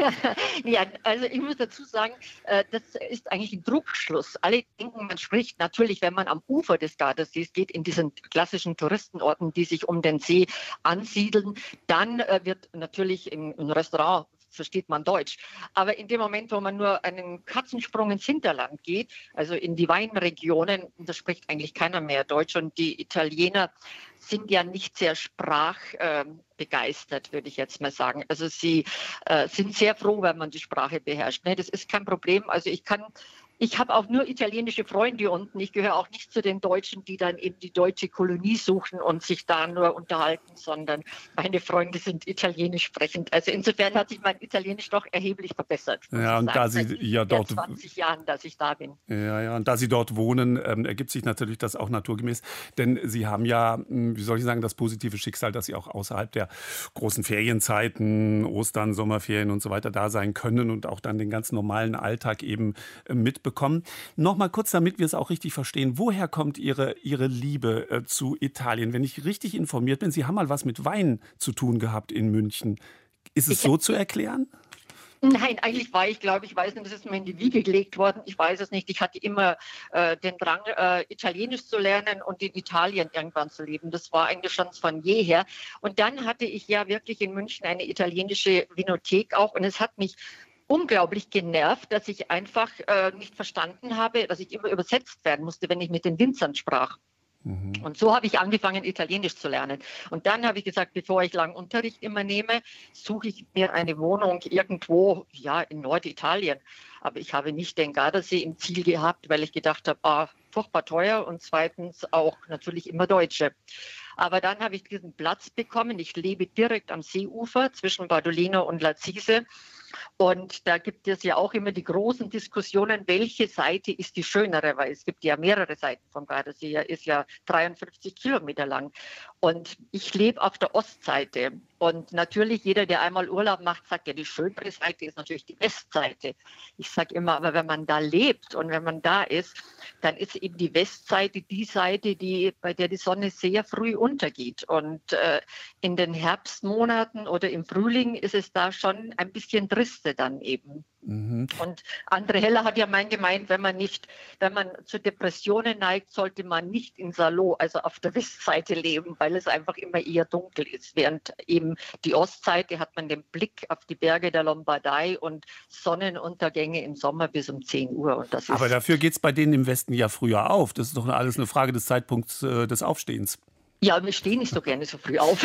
Speaker 15: Ja, also ich muss dazu sagen, äh, das ist eigentlich ein Trugschluss. Alle denken, man spricht natürlich, wenn man am Ufer des Gardasees geht, in diesen klassischen Touristenorten, die sich um den See ansiedeln, dann äh, wird natürlich im, im Restaurant versteht man Deutsch. Aber in dem Moment, wo man nur einen Katzensprung ins Hinterland geht, also in die Weinregionen, da spricht eigentlich keiner mehr Deutsch. Und die Italiener sind ja nicht sehr sprachbegeistert, äh, würde ich jetzt mal sagen. Also sie äh, sind sehr froh, wenn man die Sprache beherrscht. Ne, das ist kein Problem. Also ich kann Ich habe auch nur italienische Freunde unten. Ich gehöre auch nicht zu den Deutschen, die dann eben die deutsche Kolonie suchen und sich da nur unterhalten, sondern meine Freunde sind italienisch sprechend. Also insofern hat sich mein Italienisch doch erheblich verbessert.
Speaker 3: Ja, und da Sie ja dort
Speaker 15: zwanzig Jahren, dass ich da bin.
Speaker 3: Ja, ja, und da Sie dort wohnen, ähm, ergibt sich natürlich das auch naturgemäß. Denn Sie haben ja, wie soll ich sagen, das positive Schicksal, dass Sie auch außerhalb der großen Ferienzeiten, Ostern, Sommerferien und so weiter da sein können und auch dann den ganz normalen Alltag eben äh, mitbekommen. Bekommen. Noch mal kurz, damit wir es auch richtig verstehen. Woher kommt Ihre, Ihre Liebe äh, zu Italien? Wenn ich richtig informiert bin, Sie haben mal was mit Wein zu tun gehabt in München. Ist es ich so zu erklären?
Speaker 15: Nein, eigentlich war ich, glaube ich, weiß nicht, das ist mir in die Wiege gelegt worden. Ich weiß es nicht. Ich hatte immer äh, den Drang, äh, Italienisch zu lernen und in Italien irgendwann zu leben. Das war eigentlich schon von jeher. Und dann hatte ich ja wirklich in München eine italienische Vinothek auch. Und es hat mich unglaublich genervt, dass ich einfach äh, nicht verstanden habe, dass ich immer übersetzt werden musste, wenn ich mit den Winzern sprach. Mhm. Und so habe ich angefangen, Italienisch zu lernen. Und dann habe ich gesagt, bevor ich lang Unterricht immer nehme, suche ich mir eine Wohnung irgendwo, ja, in Norditalien. Aber ich habe nicht den Gardasee im Ziel gehabt, weil ich gedacht habe, ah, furchtbar teuer und zweitens auch natürlich immer Deutsche. Aber dann habe ich diesen Platz bekommen. Ich lebe direkt am Seeufer zwischen Bardolino und Lazise. Und da gibt es ja auch immer die großen Diskussionen, welche Seite ist die schönere, weil es gibt ja mehrere Seiten vom Gardasee. Er ist ja dreiundfünfzig Kilometer lang. Und ich lebe auf der Ostseite. Und natürlich, jeder, der einmal Urlaub macht, sagt ja, die schönere Seite ist natürlich die Westseite. Ich sage immer, aber wenn man da lebt und wenn man da ist, dann ist eben die Westseite die Seite, die, bei der die Sonne sehr früh untergeht. Und äh, in den Herbstmonaten oder im Frühling ist es da schon ein bisschen triste dann eben. Mhm. Und André Heller hat ja mal gemeint, wenn man nicht, wenn man zu Depressionen neigt, sollte man nicht in Salò, also auf der Westseite leben, weil es einfach immer eher dunkel ist. Während eben die Ostseite hat man den Blick auf die Berge der Lombardei und Sonnenuntergänge im Sommer bis um zehn Uhr. Und das ist
Speaker 3: Aber dafür geht es bei denen im Westen ja früher auf. Das ist doch alles eine Frage des Zeitpunkts äh, des Aufstehens.
Speaker 15: Ja, wir stehen nicht so gerne so früh auf.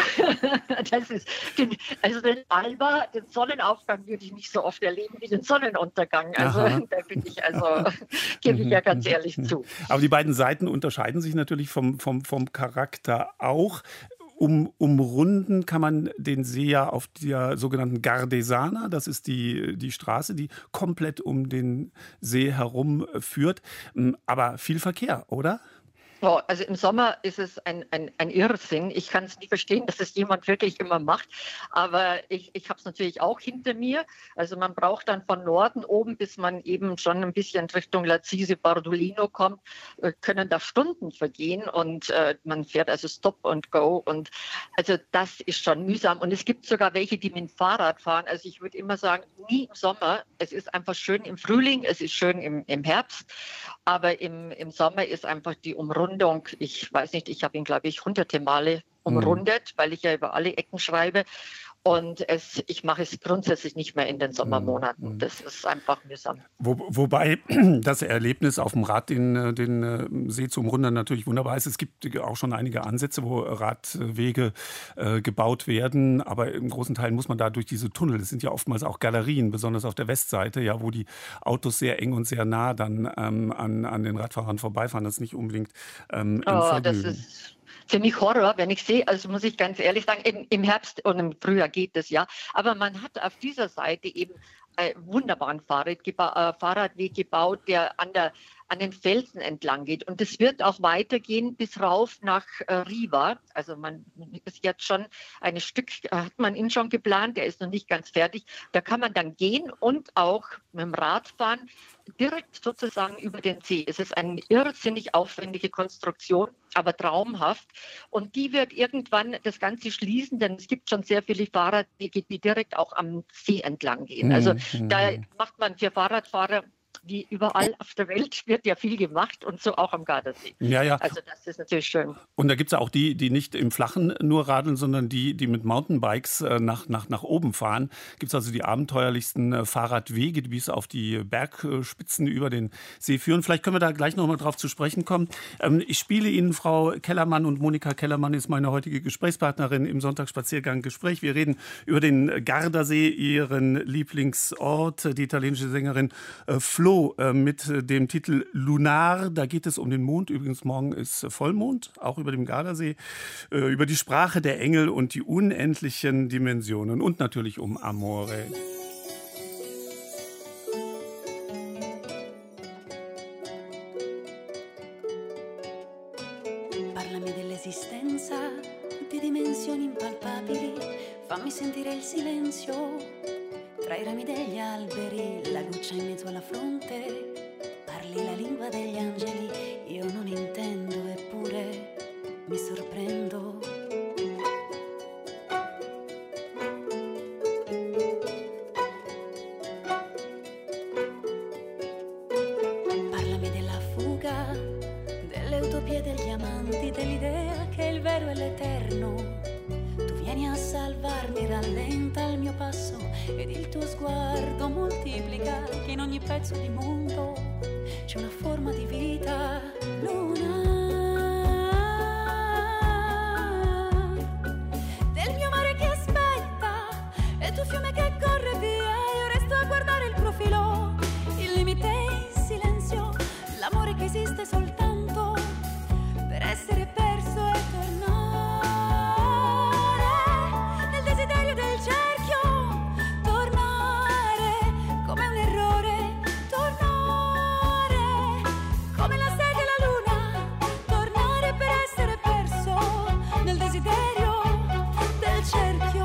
Speaker 15: Das ist, also den Alba, den Sonnenaufgang würde ich nicht so oft erleben wie den Sonnenuntergang. Also Aha. da bin ich, also gebe ich ja ganz ehrlich zu.
Speaker 3: Aber die beiden Seiten unterscheiden sich natürlich vom, vom, vom Charakter auch. Um, umrunden kann man den See ja auf der sogenannten Gardesana, das ist die, die Straße, die komplett um den See herum führt. Aber viel Verkehr, oder?
Speaker 15: Oh, also im Sommer ist es ein, ein, ein Irrsinn. Ich kann es nie verstehen, dass es jemand wirklich immer macht. Aber ich, ich habe es natürlich auch hinter mir. Also man braucht dann von Norden oben, bis man eben schon ein bisschen Richtung Lazise, Bardolino kommt, äh, können da Stunden vergehen. Und äh, man fährt also Stop and Go. Und also das ist schon mühsam. Und es gibt sogar welche, die mit dem Fahrrad fahren. Also ich würde immer sagen, nie im Sommer. Es ist einfach schön im Frühling, es ist schön im, im Herbst. Aber im, im Sommer ist einfach die Umrundung. Ich weiß nicht, ich habe ihn, glaube ich, hunderte Male umrundet, mhm. weil ich ja über alle Ecken schreibe. Und es, ich mache es grundsätzlich nicht mehr in den Sommermonaten. Das ist einfach mühsam.
Speaker 3: Wo, wobei das Erlebnis auf dem Rad den, den See zu umrunden natürlich wunderbar ist. Es gibt auch schon einige Ansätze, wo Radwege äh, gebaut werden. Aber im großen Teil muss man da durch diese Tunnel. Das sind ja oftmals auch Galerien, besonders auf der Westseite, ja, wo die Autos sehr eng und sehr nah dann ähm, an, an den Radfahrern vorbeifahren. Das ist nicht unbedingt ähm, ein
Speaker 15: Oh,
Speaker 3: Vergnügen.
Speaker 15: das ist für mich Horror, wenn ich sehe, also muss ich ganz ehrlich sagen, im, im Herbst und im Frühjahr geht das ja. Aber man hat auf dieser Seite eben einen wunderbaren Fahrrad geba- äh, Fahrradweg gebaut, der an, der an den Felsen entlang geht. Und das wird auch weitergehen bis rauf nach äh, Riva. Also man ist jetzt schon ein Stück, äh, hat man ihn schon geplant, der ist noch nicht ganz fertig. Da kann man dann gehen und auch mit dem Rad fahren, direkt sozusagen über den See. Es ist eine irrsinnig aufwendige Konstruktion, aber traumhaft. Und die wird irgendwann das Ganze schließen, denn es gibt schon sehr viele Fahrradwege, die direkt auch am See entlang gehen. Also
Speaker 3: Mhm.
Speaker 15: da macht man für Fahrradfahrer, wie überall auf der Welt, wird ja viel gemacht und so auch am Gardasee.
Speaker 3: Ja, ja.
Speaker 15: Also das ist natürlich schön.
Speaker 3: Und da gibt es ja auch die, die nicht im Flachen nur radeln, sondern die, die mit Mountainbikes äh, nach, nach, nach oben fahren. Gibt es also die abenteuerlichsten äh, Fahrradwege, die bis auf die Bergspitzen über den See führen. Vielleicht können wir da gleich noch mal drauf zu sprechen kommen. Ähm, ich spiele Ihnen Frau Kellermann, und Monika Kellermann ist meine heutige Gesprächspartnerin im Sonntagsspaziergang Gespräch. Wir reden über den Gardasee, Ihren Lieblingsort. Die italienische Sängerin äh, Flo äh, mit dem Titel Lunar. Da geht es um den Mond. Übrigens, morgen ist Vollmond, auch über dem Gardasee. Äh, über die Sprache der Engel und die unendlichen Dimensionen. Und natürlich um Amore.
Speaker 14: Parlami dell'esistenza di dimensioni impalpabili, fammi sentire il silenzio tra i rami degli alberi, la goccia in mezzo alla fronte. Parli la lingua degli angeli, io non intendo, eppure mi sorprendo. Parlami della fuga, delle utopie degli amanti, dell'idea che il vero è l'eterno. Tu vieni a salvarmi, rallenta il mio passo ed il tuo sguardo moltiplica che in ogni pezzo di mondo c'è una forma di vita. Luna del mio mare che aspetta e tu fiume che corre via, io resto a guardare il profilo, il limite è in silenzio, l'amore che esiste soltanto per essere perso e tornare nel desiderio del cerchio, tornare come un errore, tornare come la sede e la luna, tornare per essere perso nel desiderio del cerchio.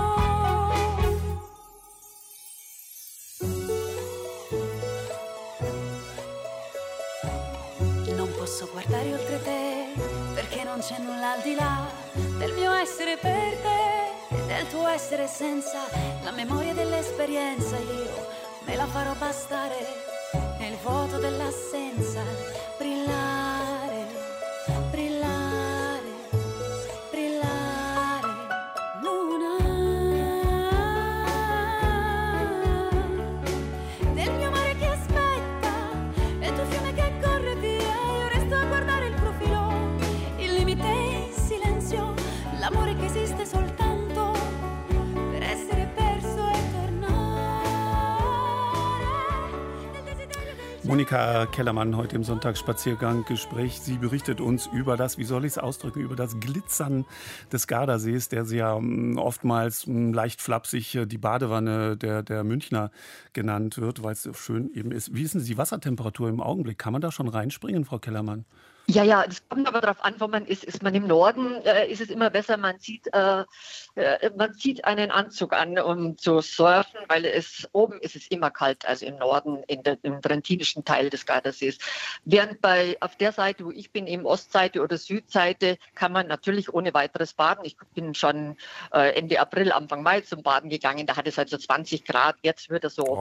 Speaker 14: Non posso guardare oltre te perché non c'è nulla al di là del mio essere per te e del tuo essere senza la memoria dell'esperienza. Io me la farò bastare nel vuoto dell'assenza, brillare, brillare, brillare. Luna del mio mare che aspetta e tu fiume che corre via, io resto a guardare il profilo, il limite è in silenzio, l'amore che esiste soltanto per essere perso e
Speaker 3: Monika Kellermann heute im Sonntagsspaziergang Gespräch. Sie berichtet uns über das, wie soll ich es ausdrücken, über das Glitzern des Gardasees, der sie ja oftmals leicht flapsig die Badewanne der, der Münchner genannt wird, weil es so schön eben ist. Wie ist denn die Wassertemperatur im Augenblick? Kann man da schon reinspringen, Frau Kellermann?
Speaker 15: Ja, ja, es kommt aber darauf an, wo man ist. Ist man im Norden, äh, ist es immer besser, man zieht, äh, äh, man zieht einen Anzug an, um zu surfen, weil es oben ist es immer kalt, also im Norden, in der, im trentinischen Teil des Gardasees. Während bei auf der Seite, wo ich bin, eben Ostseite oder Südseite, kann man natürlich ohne weiteres baden. Ich bin schon äh, Ende April, Anfang Mai zum Baden gegangen, da hat es also zwanzig Grad, jetzt wird es so.
Speaker 3: Oh.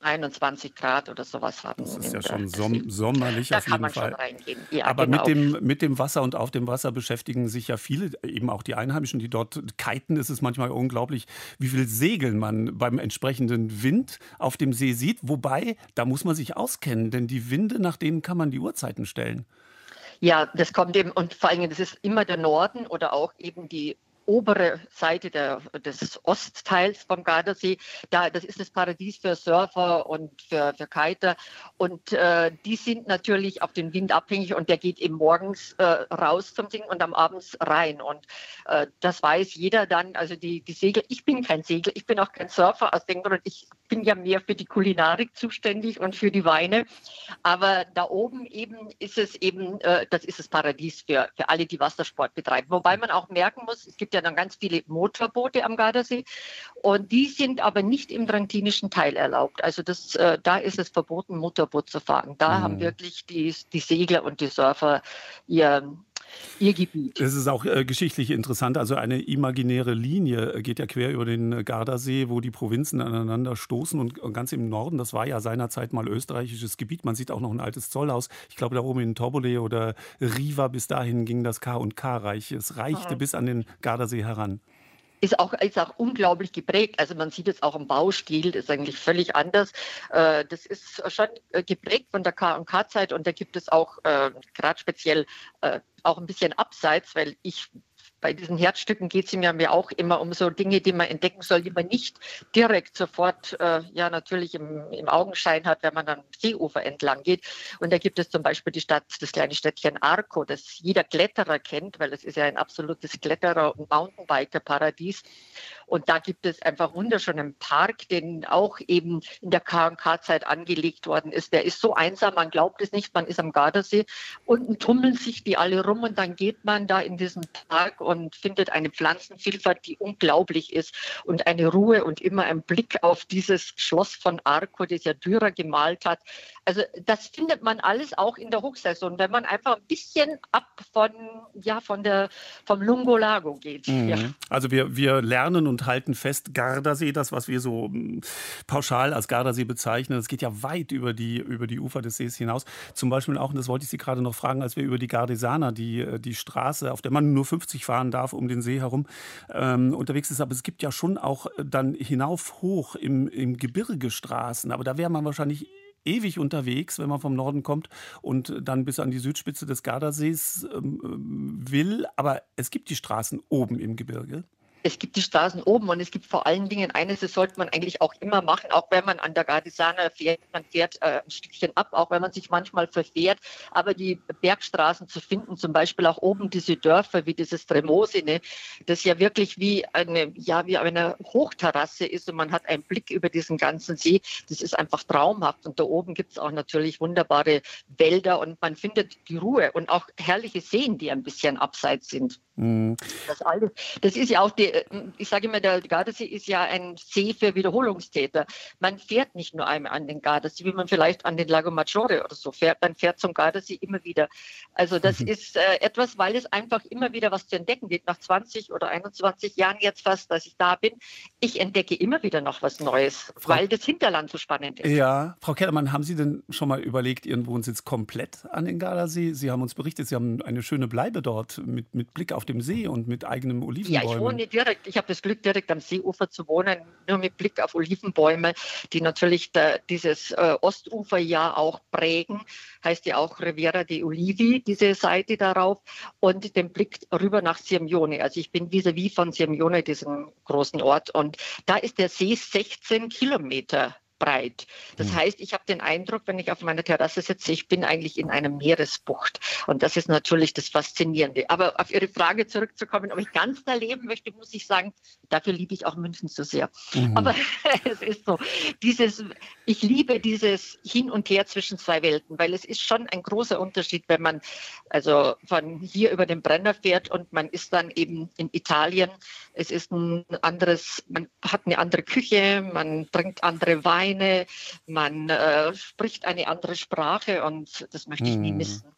Speaker 15: einundzwanzig Grad oder sowas haben.
Speaker 3: Das ist ja schon som sommerlich
Speaker 15: da
Speaker 3: auf
Speaker 15: kann
Speaker 3: jeden
Speaker 15: man
Speaker 3: Fall.
Speaker 15: schon reingehen. Ja,
Speaker 3: Aber
Speaker 15: genau.
Speaker 3: mit, dem, mit dem Wasser und auf dem Wasser beschäftigen sich ja viele, eben auch die Einheimischen, die dort kiten. Es ist manchmal unglaublich, wie viel Segeln man beim entsprechenden Wind auf dem See sieht. Wobei, da muss man sich auskennen, denn die Winde, nach denen kann man die Uhrzeiten stellen.
Speaker 15: Ja, das kommt eben, und vor allem, das ist immer der Norden oder auch eben die obere Seite der, des Ostteils vom Gardasee. Da, das ist das Paradies für Surfer und für, für Kiter. Und äh, die sind natürlich auf den Wind abhängig und der geht eben morgens äh, raus zum Singen und am Abends rein. Und äh, das weiß jeder dann, also die, die Segler, ich bin kein Segler, ich bin auch kein Surfer aus dem Grund, ich bin ja mehr für die Kulinarik zuständig und für die Weine. Aber da oben eben ist es eben, äh, das ist das Paradies für, für alle, die Wassersport betreiben. Wobei man auch merken muss, es gibt ja dann ganz viele Motorboote am Gardasee und die sind aber nicht im trentinischen Teil erlaubt. Also das, äh, da ist es verboten, Motorboot zu fahren. Da
Speaker 3: Mhm.
Speaker 15: haben wirklich die, die Segler und die Surfer ihr, ihr Gebiet.
Speaker 3: Es ist auch äh, geschichtlich interessant. Also eine imaginäre Linie geht ja quer über den Gardasee, wo die Provinzen aneinander stoßen. Und, und ganz im Norden, das war ja seinerzeit mal österreichisches Gebiet. Man sieht auch noch ein altes Zollhaus. Ich glaube, da oben in Torbole oder Riva, bis dahin ging das K und K-Reich. Es reichte
Speaker 15: Mhm.
Speaker 3: bis an den Gardasee heran.
Speaker 15: Ist auch, ist auch unglaublich geprägt. Also man sieht es auch im Baustil, das ist eigentlich völlig anders. Äh, das ist schon äh, geprägt von der K und K-Zeit und da gibt es auch äh, gerade speziell äh, auch ein bisschen abseits, weil ich bei diesen Herzstücken geht es mir auch immer um so Dinge, die man entdecken soll, die man nicht direkt sofort äh, ja natürlich im, im Augenschein hat, wenn man am Seeufer entlang geht. Und da gibt es zum Beispiel die Stadt, das kleine Städtchen Arco, das jeder Kletterer kennt, weil es ist ja ein absolutes Kletterer- und Mountainbiker-Paradies. Und da gibt es einfach wunderschönen Park, den auch eben in der K und K-Zeit angelegt worden ist. Der ist so einsam, man glaubt es nicht, man ist am Gardasee. Unten tummeln sich die alle rum und dann geht man da in diesen Park und findet eine Pflanzenvielfalt, die unglaublich ist und eine Ruhe und immer ein Blick auf dieses Schloss von Arco, das ja Dürer gemalt hat. Also das findet man alles auch in der Hochsaison, wenn man einfach ein bisschen ab von, ja, von der, vom Lungo Lago geht.
Speaker 3: Mhm.
Speaker 15: Ja.
Speaker 3: Also wir, wir lernen und halten fest, Gardasee, das, was wir so m, pauschal als Gardasee bezeichnen, das geht ja weit über die, über die Ufer des Sees hinaus. Zum Beispiel auch, und das wollte ich Sie gerade noch fragen, als wir über die Gardesana, die, die Straße, auf der man nur fünfzig fahren darf, um den See herum, ähm, unterwegs ist. Aber es gibt ja schon auch dann hinauf hoch im, im Gebirge Straßen. Aber da wäre man wahrscheinlich ewig unterwegs, wenn man vom Norden kommt und dann bis an die Südspitze des Gardasees ähm, will. Aber es gibt die Straßen oben im Gebirge.
Speaker 15: Es gibt die Straßen oben und es gibt vor allen Dingen eines, das sollte man eigentlich auch immer machen, auch wenn man an der Gardesana fährt. Man fährt äh, ein Stückchen ab, auch wenn man sich manchmal verfährt. Aber die Bergstraßen zu finden, zum Beispiel auch oben diese Dörfer wie dieses Tremosine, das ja wirklich wie eine, ja, wie eine Hochterrasse ist und man hat einen Blick über diesen ganzen See. Das ist einfach traumhaft. Und da oben gibt es auch natürlich wunderbare Wälder und man findet die Ruhe und auch herrliche Seen, die ein bisschen abseits sind.
Speaker 3: Mhm.
Speaker 15: Das, alles, das ist ja auch, die, ich sage immer, der Gardasee ist ja ein See für Wiederholungstäter. Man fährt nicht nur einmal an den Gardasee, wie man vielleicht an den Lago Maggiore oder so fährt. Man fährt zum Gardasee immer wieder. Also das mhm. ist äh, etwas, weil es einfach immer wieder was zu entdecken gibt. Nach zwanzig oder einundzwanzig Jahren jetzt fast, dass ich da bin, ich entdecke immer wieder noch was Neues, Frau, weil das Hinterland so spannend ist.
Speaker 3: Ja, Frau Kellermann, haben Sie denn schon mal überlegt, Ihren Wohnsitz komplett an den Gardasee? Sie haben uns berichtet, Sie haben eine schöne Bleibe dort mit, mit Blick auf dem See und mit eigenem Olivenbäumen.
Speaker 15: Ja, ich wohne direkt, ich habe das Glück, direkt am Seeufer zu wohnen, nur mit Blick auf Olivenbäume, die natürlich da, dieses äh, Ostufer ja auch prägen, heißt ja auch Riviera de Ulivi, diese Seite darauf, und den Blick rüber nach Sirmione. Also ich bin vis-à-vis von Sirmione, diesem großen Ort, und da ist der See sechzehn Kilometer breit. Das mhm. heißt, ich habe den Eindruck, wenn ich auf meiner Terrasse sitze, ich bin eigentlich in einer Meeresbucht. Und das ist natürlich das Faszinierende. Aber auf Ihre Frage zurückzukommen, ob ich ganz da leben möchte, muss ich sagen, dafür liebe ich auch München so sehr. Mhm. Aber es ist so, dieses, ich liebe dieses Hin und Her zwischen zwei Welten, weil es ist schon ein großer Unterschied, wenn man also von hier über den Brenner fährt und man ist dann eben in Italien. Es ist ein anderes, man hat eine andere Küche, man trinkt andere Weine, man äh, spricht eine andere Sprache und das möchte ich nie missen.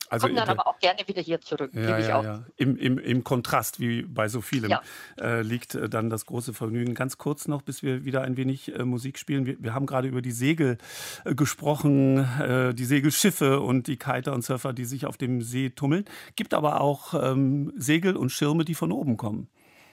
Speaker 3: Also
Speaker 15: komme dann aber auch gerne wieder hier zurück.
Speaker 3: Ja,
Speaker 15: ich
Speaker 3: ja,
Speaker 15: auch.
Speaker 3: ja. Im, im, Im Kontrast, wie bei so vielem,
Speaker 15: Ja.
Speaker 3: äh, liegt äh, dann das große Vergnügen. Ganz kurz noch, bis wir wieder ein wenig äh, Musik spielen. Wir, wir haben gerade über die Segel äh, gesprochen, äh, die Segelschiffe und die Kiter und Surfer, die sich auf dem See tummeln. Gibt aber auch ähm, Segel und Schirme, die von oben kommen.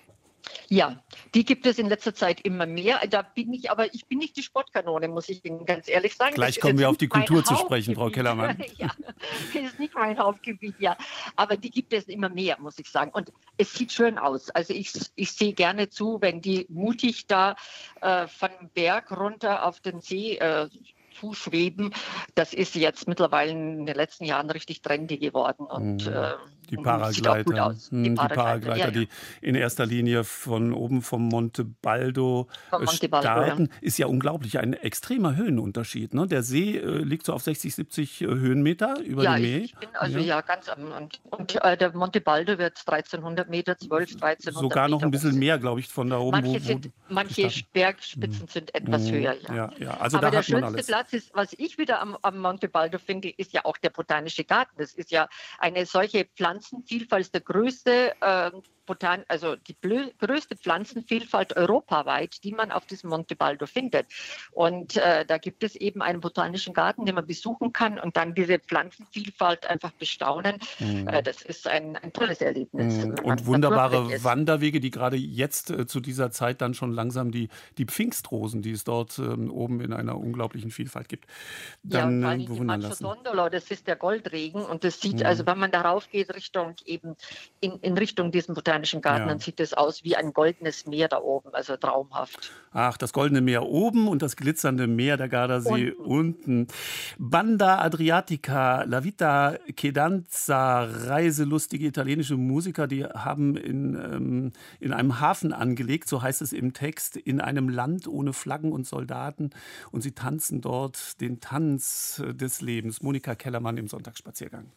Speaker 15: Ja, die gibt es in letzter Zeit immer mehr. Da bin ich, aber ich bin nicht die Sportkanone, muss ich Ihnen ganz ehrlich sagen.
Speaker 3: Gleich
Speaker 15: Das
Speaker 3: kommen
Speaker 15: ist
Speaker 3: wir
Speaker 15: jetzt
Speaker 3: auf die
Speaker 15: nicht mein
Speaker 3: Kultur zu sprechen, Frau
Speaker 15: Hauptgebiet.
Speaker 3: Kellermann.
Speaker 15: Ja, das ist nicht mein Hauptgebiet, ja. Aber die gibt es immer mehr, muss ich sagen. Und es sieht schön aus. Also ich, ich sehe gerne zu, wenn die mutig da äh, von Berg runter auf den See äh, zuschweben. Das ist jetzt mittlerweile in den letzten Jahren richtig trendy geworden. Und,
Speaker 3: Mhm.
Speaker 15: äh,
Speaker 3: Die
Speaker 15: und sieht auch gut
Speaker 3: Paragleiter,
Speaker 15: aus.
Speaker 3: hm,
Speaker 15: Die
Speaker 3: die
Speaker 15: Paragleiter,
Speaker 3: Paragleiter,
Speaker 15: ja, ja.
Speaker 3: die in erster Linie von oben vom Monte Baldo
Speaker 15: Vom
Speaker 3: äh,
Speaker 15: Monte Baldo,
Speaker 3: starten,
Speaker 15: ja.
Speaker 3: ist ja unglaublich, ein extremer Höhenunterschied. Ne? Der See äh, liegt so auf sechzig, siebzig äh, Höhenmeter über
Speaker 15: Ja,
Speaker 3: dem
Speaker 15: ich,
Speaker 3: Meer.
Speaker 15: ich bin also ja, ganz am und, und äh, der Monte Baldo wird dreizehnhundert Meter, zwölf, dreizehnhundert
Speaker 3: Sogar noch
Speaker 15: Meter
Speaker 3: ein bisschen
Speaker 15: hoch.
Speaker 3: mehr, glaube ich, von da oben.
Speaker 15: Manche,
Speaker 3: wo, wo
Speaker 15: sind, manche Bergspitzen sind etwas
Speaker 3: Mhm.
Speaker 15: höher, ja.
Speaker 3: Ja, ja. Also
Speaker 15: Aber
Speaker 3: da
Speaker 15: der
Speaker 3: hat man
Speaker 15: schönste
Speaker 3: alles.
Speaker 15: Platz ist, was ich wieder am, am Monte Baldo finde, ist ja auch der Botanische Garten. Das ist ja eine solche Pflanzenvielfalt, der größte äh, Botan also die blö größte Pflanzenvielfalt europaweit, die man auf diesem Monte Baldo findet. Und äh, da gibt es eben einen botanischen Garten, den man besuchen kann und dann diese Pflanzenvielfalt einfach bestaunen.
Speaker 3: Mhm.
Speaker 15: Äh, das ist ein, ein tolles Erlebnis.
Speaker 3: Mhm.
Speaker 15: wenn man
Speaker 3: Und wunderbare
Speaker 15: naturverrückt ist.
Speaker 3: Wanderwege, die gerade jetzt äh, zu dieser Zeit dann schon langsam die, die Pfingstrosen, die es dort ähm, oben in einer unglaublichen Vielfalt gibt, dann
Speaker 15: ja,
Speaker 3: äh,
Speaker 15: weil die
Speaker 3: bewundern
Speaker 15: Macho
Speaker 3: lassen.
Speaker 15: Dondolo, das ist der Goldregen und das sieht,
Speaker 3: Mhm.
Speaker 15: also wenn man darauf geht, Richtung eben in, in Richtung diesem botanischen Garten,
Speaker 3: Ja.
Speaker 15: dann sieht es aus wie ein goldenes Meer da oben, also traumhaft.
Speaker 3: Ach, das goldene Meer oben und das glitzernde Meer der Gardasee unten. Banda Adriatica, La Vita che Danza, reiselustige italienische Musiker, die haben in, ähm, in einem Hafen angelegt, so heißt es im Text, in einem Land ohne Flaggen und Soldaten. Und sie tanzen dort den Tanz des Lebens. Monika Kellermann im Sonntagsspaziergang.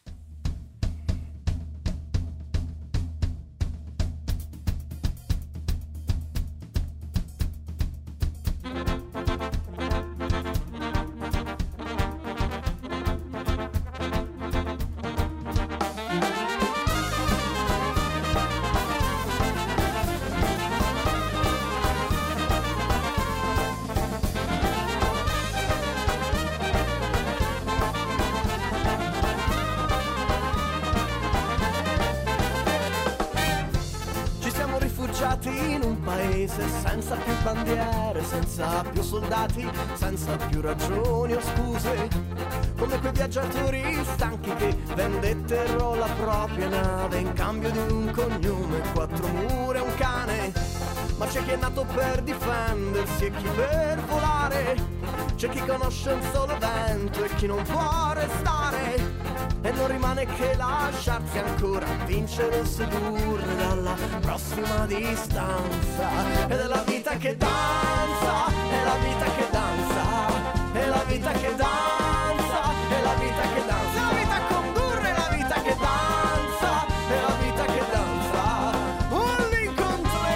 Speaker 2: Ci siamo rifugiati in un paese senza più bandiere, senza più soldati, senza più ragioni o scuse. Come quei viaggiatori stanchi che vendettero la propria nave in cambio di un cognome, quattro mura e un cane. Ma c'è chi è nato per difendersi e chi per volare. C'è chi conosce un solo vento e chi non può restare. E non rimane che lasciarsi ancora vincere o sedurre dalla prossima distanza. Ed è la vita che danza, è la vita che danza, è la vita che danza, è la vita che danza. La vita a condurre, la vita che danza, è la vita che danza. Un incontro,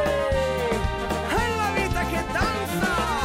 Speaker 2: è la vita che danza.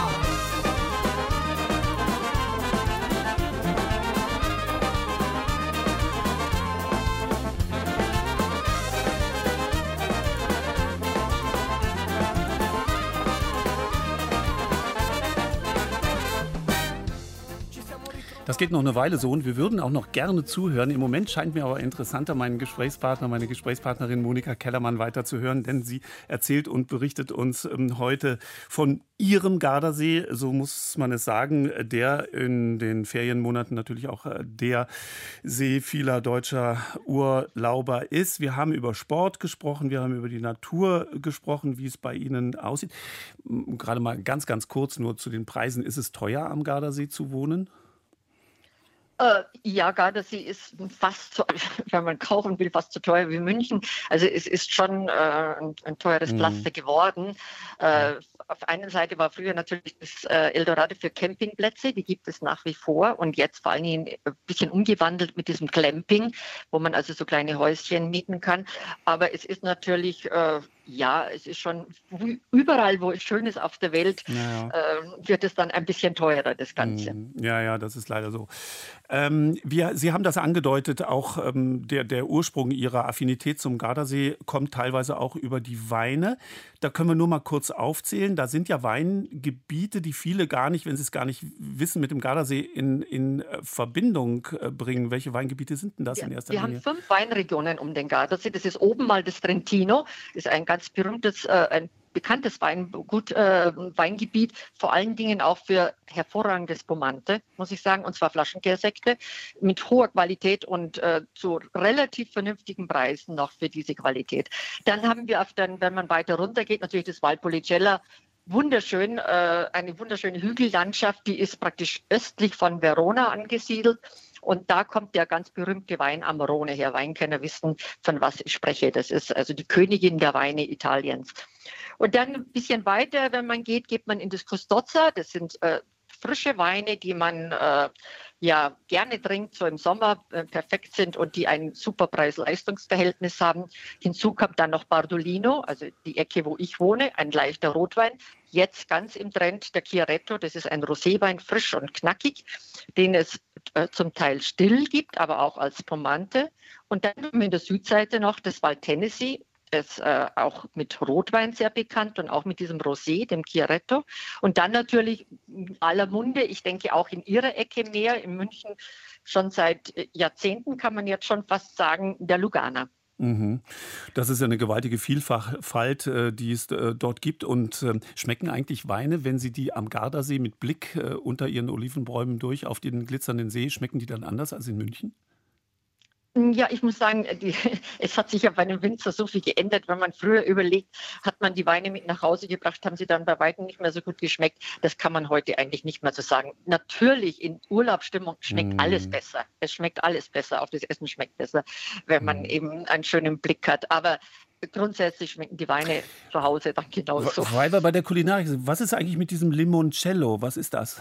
Speaker 3: Das geht noch eine Weile so und wir würden auch noch gerne zuhören. Im Moment scheint mir aber interessanter, meinen Gesprächspartner, meine Gesprächspartnerin Monika Kellermann weiter zu hören, denn sie erzählt und berichtet uns ähm, heute von ihrem Gardasee, so muss man es sagen, der in den Ferienmonaten natürlich auch äh, der See vieler deutscher Urlauber ist. Wir haben über Sport gesprochen, wir haben über die Natur gesprochen, wie es bei Ihnen aussieht. Gerade mal ganz, ganz kurz nur zu den Preisen. Ist es teuer, am Gardasee zu wohnen?
Speaker 15: Äh, ja, Gardasee ist fast, so, wenn man kaufen will, fast so teuer wie München. Also es ist schon äh, ein, ein teures
Speaker 3: Mhm.
Speaker 15: Pflaster geworden. Äh, auf einer Seite war früher natürlich das äh, Eldorado für Campingplätze, die gibt es nach wie vor und jetzt vor allen Dingen ein bisschen umgewandelt mit diesem Glamping, wo man also so kleine Häuschen mieten kann. Aber es ist natürlich, äh, ja, es ist schon überall, wo es schön ist auf der Welt,
Speaker 3: ja.
Speaker 15: äh, wird es dann ein bisschen teurer, das Ganze.
Speaker 3: Ja, ja, das ist leider so. Ähm, wir, Sie haben das angedeutet, auch ähm, der, der Ursprung Ihrer Affinität zum Gardasee kommt teilweise auch über die Weine. Da können wir nur mal kurz aufzählen. Da sind ja Weingebiete, die viele gar nicht, wenn sie es gar nicht wissen, mit dem Gardasee in, in Verbindung bringen. Welche Weingebiete sind denn das
Speaker 15: ja,
Speaker 3: in erster
Speaker 15: wir
Speaker 3: Linie?
Speaker 15: Wir haben fünf Weinregionen um den Gardasee. Das ist oben mal das Trentino, das ist ein ganz berühmtes, äh, ein bekanntes Weingut, äh, Weingebiet, vor allen Dingen auch für hervorragendes Spumante, muss ich sagen, und zwar Flaschenkehrsekte mit hoher Qualität und äh, zu relativ vernünftigen Preisen noch für diese Qualität. Dann haben wir, auf den, wenn man weiter runter geht, natürlich das Valpolicella. Wunderschön, äh, eine wunderschöne Hügellandschaft, die ist praktisch östlich von Verona angesiedelt. Und da kommt der ganz berühmte Wein Amarone her. Weinkenner wissen, von was ich spreche. Das ist also die Königin der Weine Italiens. Und dann ein bisschen weiter, wenn man geht, geht man in das Custozza. Das sind äh, frische Weine, die man äh, ja gerne trinkt, so im Sommer äh, perfekt sind und die ein super Preis-Leistungs-Verhältnis haben. Hinzu kommt dann noch Bardolino, also die Ecke, wo ich wohne, ein leichter Rotwein. Jetzt ganz im Trend der Chiaretto, das ist ein Roséwein, frisch und knackig, den es äh, zum Teil still gibt, aber auch als Spumante. Und dann haben wir in der Südseite noch das Val Tennessee, ist äh, auch mit Rotwein sehr bekannt und auch mit diesem Rosé, dem Chiaretto. Und dann natürlich in aller Munde, ich denke auch in Ihrer Ecke mehr, in München schon seit Jahrzehnten, kann man jetzt schon fast sagen, der Lugana.
Speaker 3: Mhm. Das ist ja eine gewaltige Vielfalt, die es dort gibt. Und schmecken eigentlich Weine, wenn Sie die am Gardasee mit Blick unter Ihren Olivenbäumen durch auf den glitzernden See, schmecken die dann anders als in München?
Speaker 15: Ja, ich muss sagen, die, es hat sich ja bei einem Winzer so viel geändert. Wenn man früher überlegt, hat man die Weine mit nach Hause gebracht, haben sie dann bei weitem nicht mehr so gut geschmeckt. Das kann man heute eigentlich nicht mehr so sagen. Natürlich, in Urlaubsstimmung schmeckt mm. alles besser. Es schmeckt alles besser, auch das Essen schmeckt besser, wenn man mm. eben einen schönen Blick hat. Aber grundsätzlich schmecken die Weine zu Hause dann genauso.
Speaker 3: Weil wir bei der Kulinarik sind, was ist eigentlich mit diesem Limoncello? Was ist das?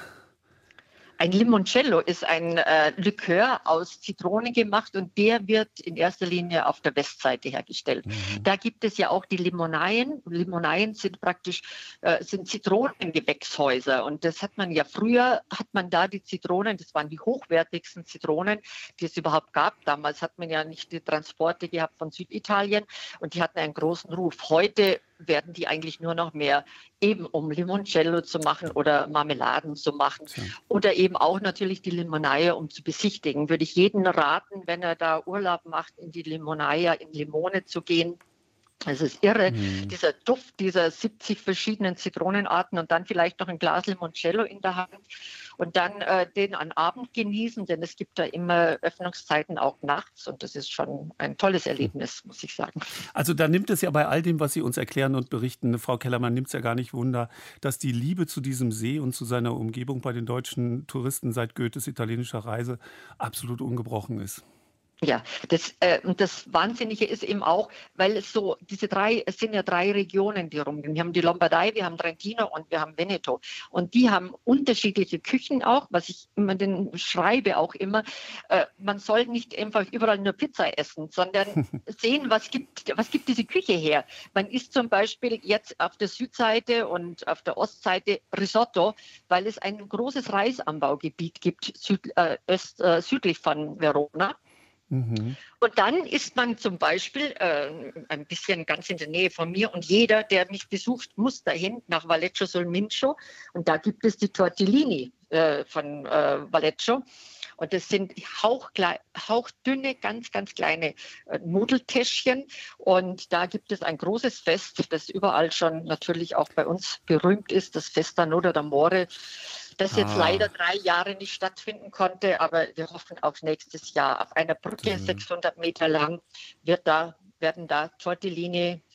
Speaker 15: Ein Limoncello ist ein äh, Likör aus Zitrone gemacht und der wird in erster Linie auf der Westseite hergestellt. Mhm. Da gibt es ja auch die Limoneien. Limoneien sind praktisch äh, sind Zitronengewächshäuser und das hat man ja früher, hat man da die Zitronen, das waren die hochwertigsten Zitronen, die es überhaupt gab. Damals hat man ja nicht die Transporte gehabt von Süditalien und die hatten einen großen Ruf. Heute werden die eigentlich nur noch mehr eben um Limoncello zu machen oder Marmeladen zu machen. Ja. Oder eben auch natürlich die Limonaia, um zu besichtigen. Würde ich jedem raten, wenn er da Urlaub macht, in die Limonaia, in Limone zu gehen. Es ist irre, mhm. dieser Duft dieser siebzig verschiedenen Zitronenarten und dann vielleicht noch ein Glas Limoncello in der Hand und dann äh, den am Abend genießen, denn es gibt da immer Öffnungszeiten auch nachts und das ist schon ein tolles Erlebnis, muss ich sagen.
Speaker 3: Also da nimmt es ja bei all dem, was Sie uns erklären und berichten, Frau Kellermann, nimmt es ja gar nicht Wunder, dass die Liebe zu diesem See und zu seiner Umgebung bei den deutschen Touristen seit Goethes italienischer Reise absolut ungebrochen ist.
Speaker 15: Ja, das, äh, und das Wahnsinnige ist eben auch, weil es so, diese drei, es sind ja drei Regionen, die rumgehen. Wir haben die Lombardei, wir haben Trentino und wir haben Veneto. Und die haben unterschiedliche Küchen auch, was ich immer den schreibe auch immer. Äh, man soll nicht einfach überall nur Pizza essen, sondern sehen, was gibt, was gibt diese Küche her. Man isst zum Beispiel jetzt auf der Südseite und auf der Ostseite Risotto, weil es ein großes Reisanbaugebiet gibt, süd, äh, öst, äh, südlich von Verona. Mhm. Und dann isst man zum Beispiel äh, ein bisschen ganz in der Nähe von mir und jeder, der mich besucht, muss dahin nach Vallecco sul Mincio und da gibt es die Tortellini äh, von äh, Vallecco und das sind hauchklei- hauchdünne, ganz, ganz kleine äh, Nudeltäschchen und da gibt es ein großes Fest, das überall schon natürlich auch bei uns berühmt ist, das Festa Notte d'Amore, das jetzt ah. leider drei Jahre nicht stattfinden konnte, aber wir hoffen auf nächstes Jahr. Auf einer Brücke, mhm. sechshundert Meter lang, wird da, werden da Tortellini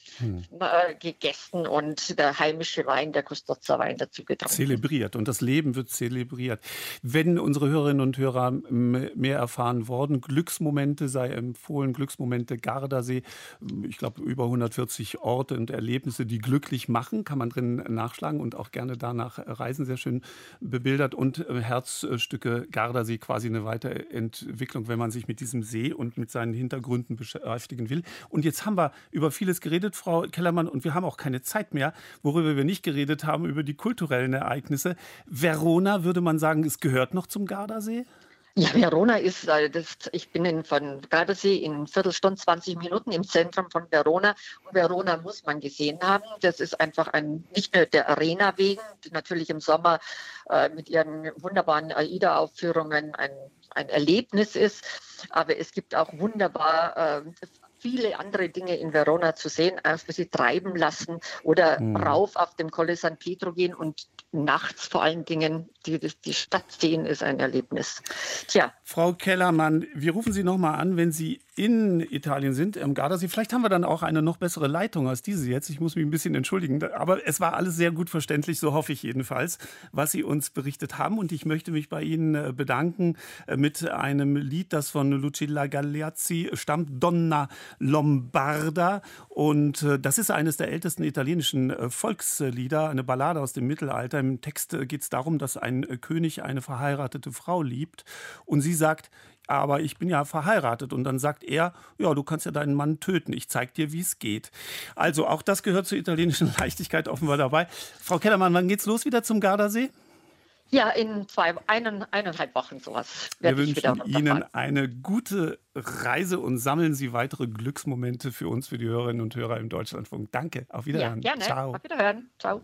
Speaker 15: hm. äh, gegessen und der heimische Wein, der Custozza-Wein, dazu getrunken.
Speaker 3: Zelebriert und das Leben wird zelebriert. Wenn unsere Hörerinnen und Hörer mehr erfahren wollen, Glücksmomente sei empfohlen, Glücksmomente Gardasee, ich glaube über hundertvierzig Orte und Erlebnisse, die glücklich machen, kann man drin nachschlagen und auch gerne danach reisen, sehr schön bebildert und Herzstücke Gardasee, quasi eine Weiterentwicklung, wenn man sich mit diesem See und mit seinen Hintergründen beschäftigen will. Und jetzt haben wir über vieles geredet, Frau Kellermann, und wir haben auch keine Zeit mehr, worüber wir nicht geredet haben, über die kulturellen Ereignisse. Verona, würde man sagen, es gehört noch zum Gardasee?
Speaker 15: Ja, Verona ist, äh, das, ich bin in, von Gardasee in einer Viertelstunde, zwanzig Minuten im Zentrum von Verona. Und Verona muss man gesehen haben. Das ist einfach ein, nicht nur der Arena wegen, die natürlich im Sommer äh, mit ihren wunderbaren AIDA-Aufführungen ein, ein Erlebnis ist. Aber es gibt auch wunderbar äh, viele andere Dinge in Verona zu sehen, als wir sie treiben lassen oder mhm. rauf auf dem Colle San Pietro gehen und nachts vor allen Dingen die, die Stadt sehen, ist ein Erlebnis. Tja.
Speaker 3: Frau Kellermann, wir rufen Sie noch mal an, wenn Sie in Italien sind, am Gardasee. Vielleicht haben wir dann auch eine noch bessere Leitung als diese jetzt. Ich muss mich ein bisschen entschuldigen, aber es war alles sehr gut verständlich, so hoffe ich jedenfalls, was Sie uns berichtet haben. Und ich möchte mich bei Ihnen bedanken mit einem Lied, das von Lucilla Galeazzi stammt, Donna Lombarda. Und das ist eines der ältesten italienischen Volkslieder, eine Ballade aus dem Mittelalter. Im Text geht es darum, dass ein König eine verheiratete Frau liebt. Und sie sagt, aber ich bin ja verheiratet. Und dann sagt er, ja, du kannst ja deinen Mann töten. Ich zeig dir, wie es geht. Also auch das gehört zur italienischen Leichtigkeit offenbar dabei. Frau Kellermann, wann geht's los wieder zum Gardasee?
Speaker 15: Ja, in zwei, einen, eineinhalb Wochen sowas.
Speaker 3: Wir wünschen Ihnen eine gute Reise und sammeln Sie weitere Glücksmomente für uns, für die Hörerinnen und Hörer im Deutschlandfunk. Danke, auf Wiederhören.
Speaker 15: Ja, gerne.
Speaker 3: Ciao.
Speaker 15: Auf Wiederhören. Ciao.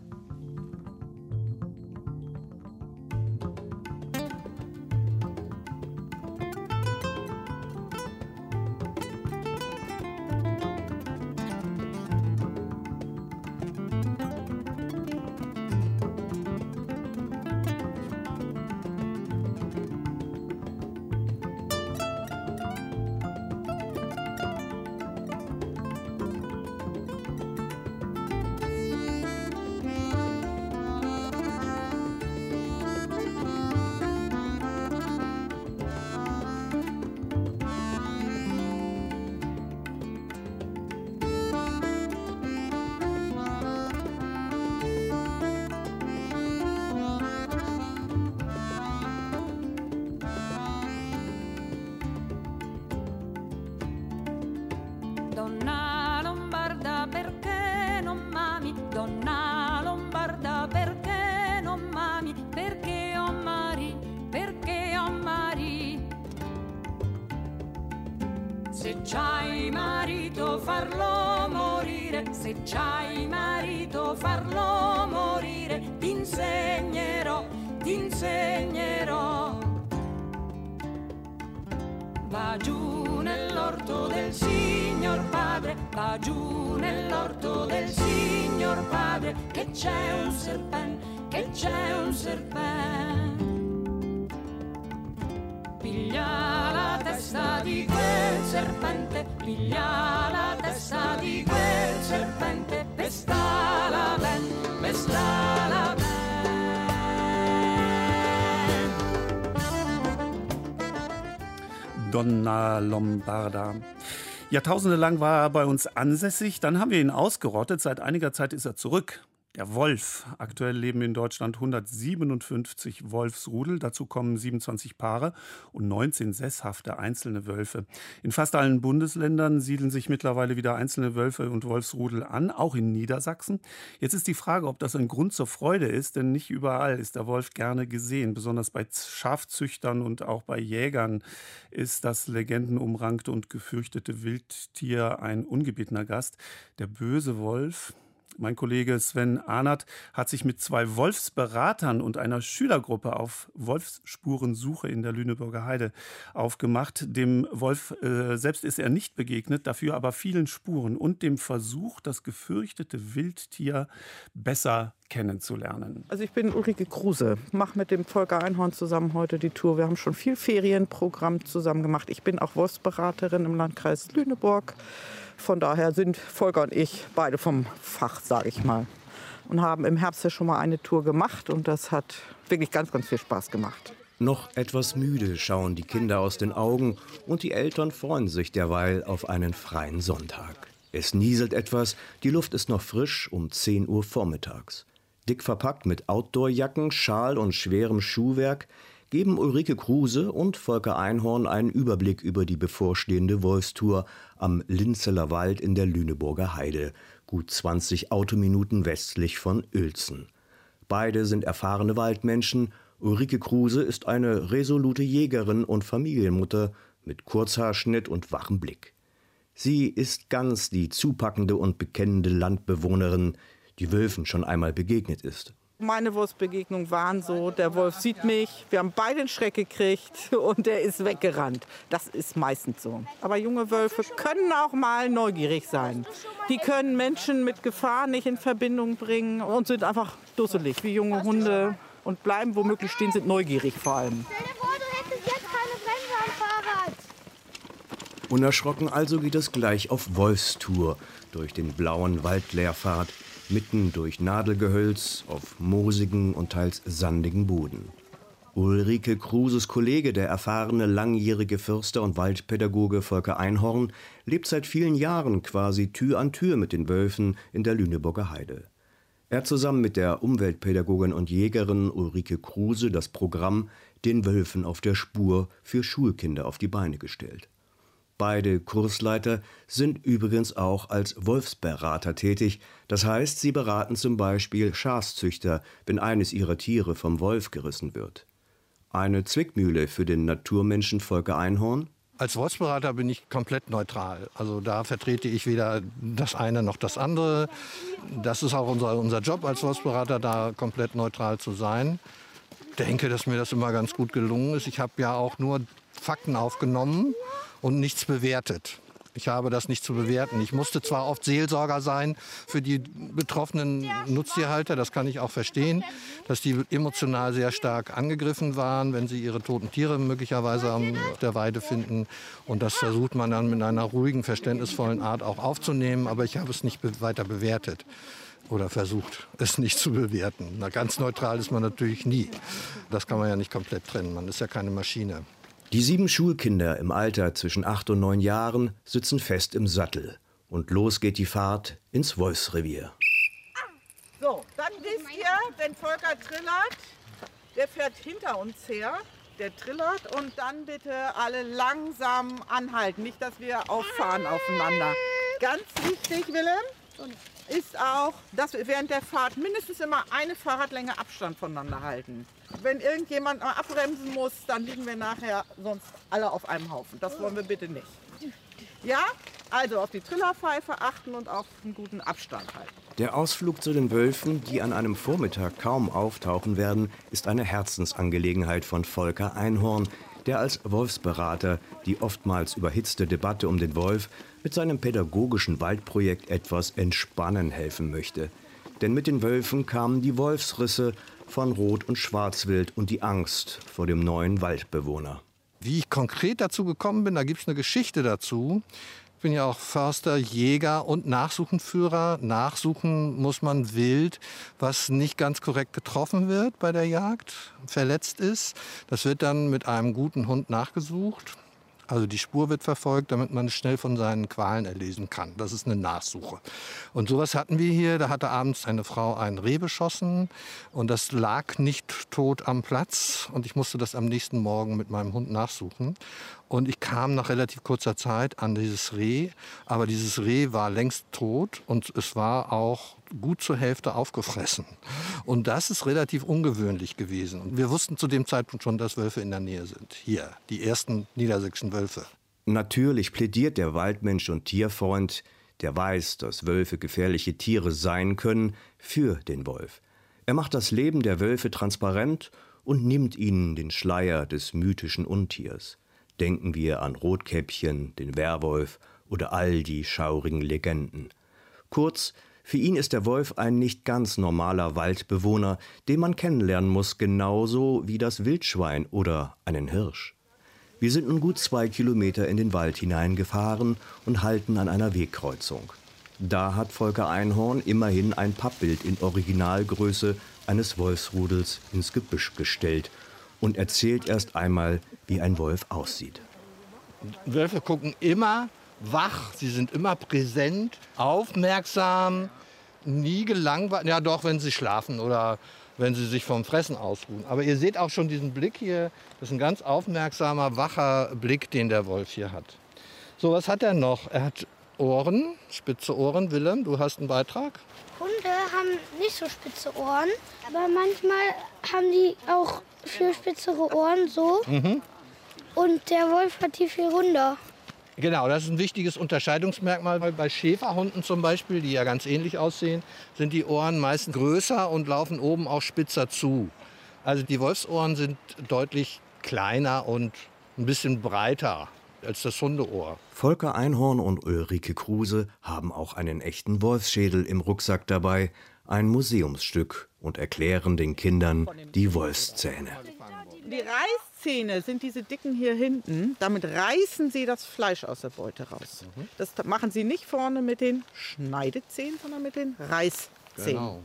Speaker 5: Donna Lombarda, perché non mami? Donna Lombarda, perché non mami? Perché ho mari, perché ho mari. Se c'hai marito farlo morire, se c'hai marito farlo morire, ti insegnerò, ti insegnerò. Va giù nell'orto del signor padre, va giù nell'orto del signor padre, che c'è un serpente, che c'è un serpente. Piglia la testa di quel serpente, piglia la testa di quel serpente, pestala ben, pestala ben.
Speaker 3: Donna Lombarda. Jahrtausende lang war er bei uns ansässig, dann haben wir ihn ausgerottet, seit einiger Zeit ist er zurück. Der Wolf. Aktuell leben in Deutschland hundertsiebenundfünfzig Wolfsrudel. Dazu kommen siebenundzwanzig Paare und neunzehn sesshafte einzelne Wölfe. In fast allen Bundesländern siedeln sich mittlerweile wieder einzelne Wölfe und Wolfsrudel an, auch in Niedersachsen. Jetzt ist die Frage, ob das ein Grund zur Freude ist, denn nicht überall ist der Wolf gerne gesehen. Besonders bei Schafzüchtern und auch bei Jägern ist das legendenumrankte und gefürchtete Wildtier ein ungebetener Gast. Der böse Wolf. Mein Kollege Sven Ahnert hat sich mit zwei Wolfsberatern und einer Schülergruppe auf Wolfsspurensuche in der Lüneburger Heide aufgemacht. Dem Wolf äh, selbst ist er nicht begegnet, dafür aber vielen Spuren und dem Versuch, das gefürchtete Wildtier besser kennenzulernen.
Speaker 16: Also ich bin Ulrike Kruse, mache mit dem Volker Einhorn zusammen heute die Tour. Wir haben schon viel Ferienprogramm zusammen gemacht. Ich bin auch Wolfsberaterin im Landkreis Lüneburg. Von daher sind Volker und ich beide vom Fach, sage ich mal. Und haben im Herbst ja schon mal eine Tour gemacht und das hat wirklich ganz, ganz viel Spaß gemacht.
Speaker 17: Noch etwas müde schauen die Kinder aus den Augen und die Eltern freuen sich derweil auf einen freien Sonntag. Es nieselt etwas, die Luft ist noch frisch um zehn Uhr vormittags. Dick verpackt mit Outdoorjacken, Schal und schwerem Schuhwerk geben Ulrike Kruse und Volker Einhorn einen Überblick über die bevorstehende Wolfstour am Linzeler Wald in der Lüneburger Heide, gut zwanzig Autominuten westlich von Uelzen. Beide sind erfahrene Waldmenschen. Ulrike Kruse ist eine resolute Jägerin und Familienmutter mit Kurzhaarschnitt und wachem Blick. Sie ist ganz die zupackende und bekennende Landbewohnerin, die Wölfen schon einmal begegnet ist.
Speaker 16: Meine Wolfsbegegnungen waren so, der Wolf sieht mich, wir haben beide einen Schreck gekriegt und der ist weggerannt. Das ist meistens so. Aber junge Wölfe können auch mal neugierig sein. Die können Menschen mit Gefahr nicht in Verbindung bringen und sind einfach dusselig, wie junge Hunde. Und bleiben womöglich stehen, sind neugierig vor allem.
Speaker 18: Stell dir vor, du hättest jetzt keine Bremse am Fahrrad.
Speaker 17: Unerschrocken also geht es gleich auf Wolfstour durch den blauen Waldleerpfad, mitten durch Nadelgehölz auf moosigen und teils sandigen Boden. Ulrike Kruses Kollege, der erfahrene langjährige Förster und Waldpädagoge Volker Einhorn, lebt seit vielen Jahren quasi Tür an Tür mit den Wölfen in der Lüneburger Heide. Er hat zusammen mit der Umweltpädagogin und Jägerin Ulrike Kruse das Programm »Den Wölfen auf der Spur« für Schulkinder auf die Beine gestellt. Beide Kursleiter sind übrigens auch als Wolfsberater tätig. Das heißt, sie beraten zum Beispiel Schafzüchter, wenn eines ihrer Tiere vom Wolf gerissen wird. Eine Zwickmühle für den Naturmenschen Volker Einhorn?
Speaker 19: Als Wolfsberater bin ich komplett neutral. Also da vertrete ich weder das eine noch das andere. Das ist auch unser, unser Job als Wolfsberater, da komplett neutral zu sein. Ich denke, dass mir das immer ganz gut gelungen ist. Ich habe ja auch nur Fakten aufgenommen und nichts bewertet. Ich habe das nicht zu bewerten. Ich musste zwar oft Seelsorger sein für die betroffenen Nutztierhalter, das kann ich auch verstehen, dass die emotional sehr stark angegriffen waren, wenn sie ihre toten Tiere möglicherweise auf der Weide finden. Und das versucht man dann mit einer ruhigen, verständnisvollen Art auch aufzunehmen. Aber ich habe es nicht weiter bewertet oder versucht, es nicht zu bewerten. Na, ganz neutral ist man natürlich nie. Das kann man ja nicht komplett trennen. Man ist ja keine Maschine.
Speaker 17: Die sieben Schulkinder im Alter zwischen acht und neun Jahren sitzen fest im Sattel. Und los geht die Fahrt ins Wolfsrevier.
Speaker 16: So, dann wisst ihr, wenn Volker trillert, der fährt hinter uns her, der trillert und dann bitte alle langsam anhalten, nicht, dass wir auffahren aufeinander. Ganz wichtig, Willem, ist auch, dass wir während der Fahrt mindestens immer eine Fahrradlänge Abstand voneinander halten. Wenn irgendjemand mal abbremsen muss, dann liegen wir nachher sonst alle auf einem Haufen. Das wollen wir bitte nicht. Ja, also auf die Trillerpfeife achten und auf einen guten Abstand halten.
Speaker 17: Der Ausflug zu den Wölfen, die an einem Vormittag kaum auftauchen werden, ist eine Herzensangelegenheit von Volker Einhorn, der als Wolfsberater die oftmals überhitzte Debatte um den Wolf mit seinem pädagogischen Waldprojekt etwas entspannen helfen möchte. Denn mit den Wölfen kamen die Wolfsrisse von Rot- und Schwarzwild und die Angst vor dem neuen Waldbewohner.
Speaker 19: Wie ich konkret dazu gekommen bin, da gibt es eine Geschichte dazu. Ich bin ja auch Förster, Jäger und Nachsuchenführer. Nachsuchen muss man Wild, was nicht ganz korrekt getroffen wird bei der Jagd, verletzt ist. Das wird dann mit einem guten Hund nachgesucht. Also die Spur wird verfolgt, damit man es schnell von seinen Qualen erlesen kann. Das ist eine Nachsuche. Und sowas hatten wir hier. Da hatte abends eine Frau ein Reh beschossen und das lag nicht tot am Platz. Und ich musste das am nächsten Morgen mit meinem Hund nachsuchen. Und ich kam nach relativ kurzer Zeit an dieses Reh. Aber dieses Reh war längst tot und es war auch gut zur Hälfte aufgefressen. Und das ist relativ ungewöhnlich gewesen. Und wir wussten zu dem Zeitpunkt schon, dass Wölfe in der Nähe sind. Hier, die ersten niedersächsischen Wölfe.
Speaker 17: Natürlich plädiert der Waldmensch und Tierfreund, der weiß, dass Wölfe gefährliche Tiere sein können, für den Wolf. Er macht das Leben der Wölfe transparent und nimmt ihnen den Schleier des mythischen Untiers. Denken wir an Rotkäppchen, den Werwolf oder all die schaurigen Legenden. Kurz, Für ihn ist der Wolf ein nicht ganz normaler Waldbewohner, den man kennenlernen muss, genauso wie das Wildschwein oder einen Hirsch. Wir sind nun gut zwei Kilometer in den Wald hineingefahren und halten an einer Wegkreuzung. Da hat Volker Einhorn immerhin ein Pappbild in Originalgröße eines Wolfsrudels ins Gebüsch gestellt und erzählt erst einmal, wie ein Wolf aussieht.
Speaker 19: Wölfe gucken immer wach, sie sind immer präsent, aufmerksam, nie gelangweilt. Ja doch, wenn sie schlafen oder wenn sie sich vom Fressen ausruhen. Aber ihr seht auch schon diesen Blick hier, das ist ein ganz aufmerksamer, wacher Blick, den der Wolf hier hat. So, was hat er noch? Er hat Ohren, spitze Ohren. Willem, du hast einen Beitrag?
Speaker 18: Hunde haben nicht so spitze Ohren, aber manchmal haben die auch viel spitzere Ohren so.
Speaker 19: Mhm.
Speaker 18: Und der Wolf hat die viel runder.
Speaker 19: Genau, das ist ein wichtiges Unterscheidungsmerkmal. Weil bei Schäferhunden zum Beispiel, die ja ganz ähnlich aussehen, sind die Ohren meistens größer und laufen oben auch spitzer zu. Also die Wolfsohren sind deutlich kleiner und ein bisschen breiter als das Hundeohr.
Speaker 17: Volker Einhorn und Ulrike Kruse haben auch einen echten Wolfsschädel im Rucksack dabei, ein Museumsstück, und erklären den Kindern die Wolfszähne.
Speaker 16: Die Reißzähne sind diese dicken hier hinten. Damit reißen sie das Fleisch aus der Beute raus. Das machen sie nicht vorne mit den Schneidezähnen, sondern mit den Reißzähnen.
Speaker 19: Genau.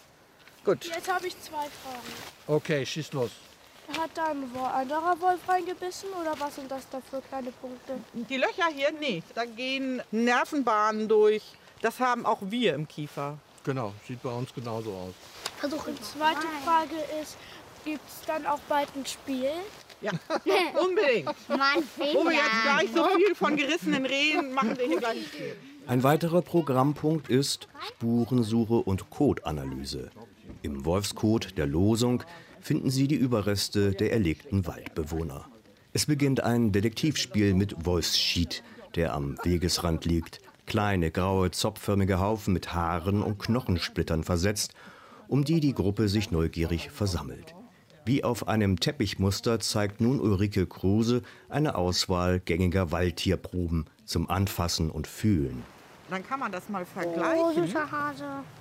Speaker 16: Gut.
Speaker 20: Jetzt habe ich zwei Fragen.
Speaker 19: Okay, schieß los.
Speaker 20: Hat da ein anderer Wolf reingebissen oder was sind das da für kleine Punkte?
Speaker 16: Die Löcher hier, nee, da gehen Nervenbahnen durch. Das haben auch wir im Kiefer.
Speaker 19: Genau, sieht bei uns genauso aus.
Speaker 20: Also die zweite Frage ist, gibt es dann auch bald ein Spiel?
Speaker 16: Ja, unbedingt.
Speaker 18: Mann,
Speaker 16: Wo wir jetzt gleich so viel von gerissenen Rehen machen, wir hier gleich ein Spiel.
Speaker 17: Ein weiterer Programmpunkt ist Spurensuche und Kotanalyse. Im Wolfskot der Losung finden Sie die Überreste der erlegten Waldbewohner. Es beginnt ein Detektivspiel mit Wolfsschied, der am Wegesrand liegt. Kleine, graue, zopfförmige Haufen mit Haaren und Knochensplittern versetzt, um die die Gruppe sich neugierig versammelt. Wie auf einem Teppichmuster zeigt nun Ulrike Kruse eine Auswahl gängiger Waldtierproben zum Anfassen und Fühlen.
Speaker 16: Dann kann man das mal vergleichen.
Speaker 18: Oh, süßer Hase.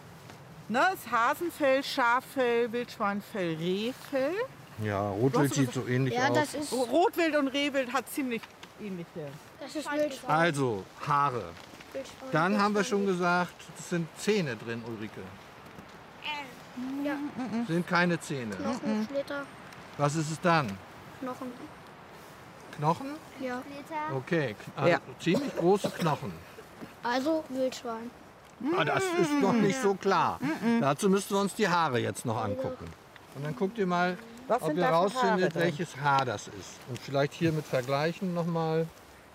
Speaker 16: Ne, das Hasenfell, Schaffell, Wildschweinfell, Rehfell.
Speaker 19: Ja, Rotwild sieht so ähnlich
Speaker 16: ja,
Speaker 19: aus.
Speaker 16: Das ist Rotwild und Rehwild hat ziemlich ähnliche.
Speaker 18: Das ist Wildschwein.
Speaker 19: Also, Haare.
Speaker 18: Wildschwein.
Speaker 19: Dann haben wir schon gesagt, es sind Zähne drin, Ulrike.
Speaker 18: Ja.
Speaker 19: Sind keine Zähne.
Speaker 18: Knochen, Splitter,
Speaker 19: Was ist es dann?
Speaker 18: Knochen.
Speaker 19: Knochen?
Speaker 18: Ja.
Speaker 19: Okay, also
Speaker 16: Ja.
Speaker 19: ziemlich große Knochen.
Speaker 18: Also Wildschwein.
Speaker 19: Ah, das ist noch nicht so klar. Dazu müssten wir uns die Haare jetzt noch angucken. Und dann guckt ihr mal,
Speaker 16: Was
Speaker 19: ob
Speaker 16: sind
Speaker 19: ihr
Speaker 16: da für Haare
Speaker 19: rausfindet,
Speaker 16: drin?
Speaker 19: welches Haar das ist. Und vielleicht hier mit vergleichen nochmal.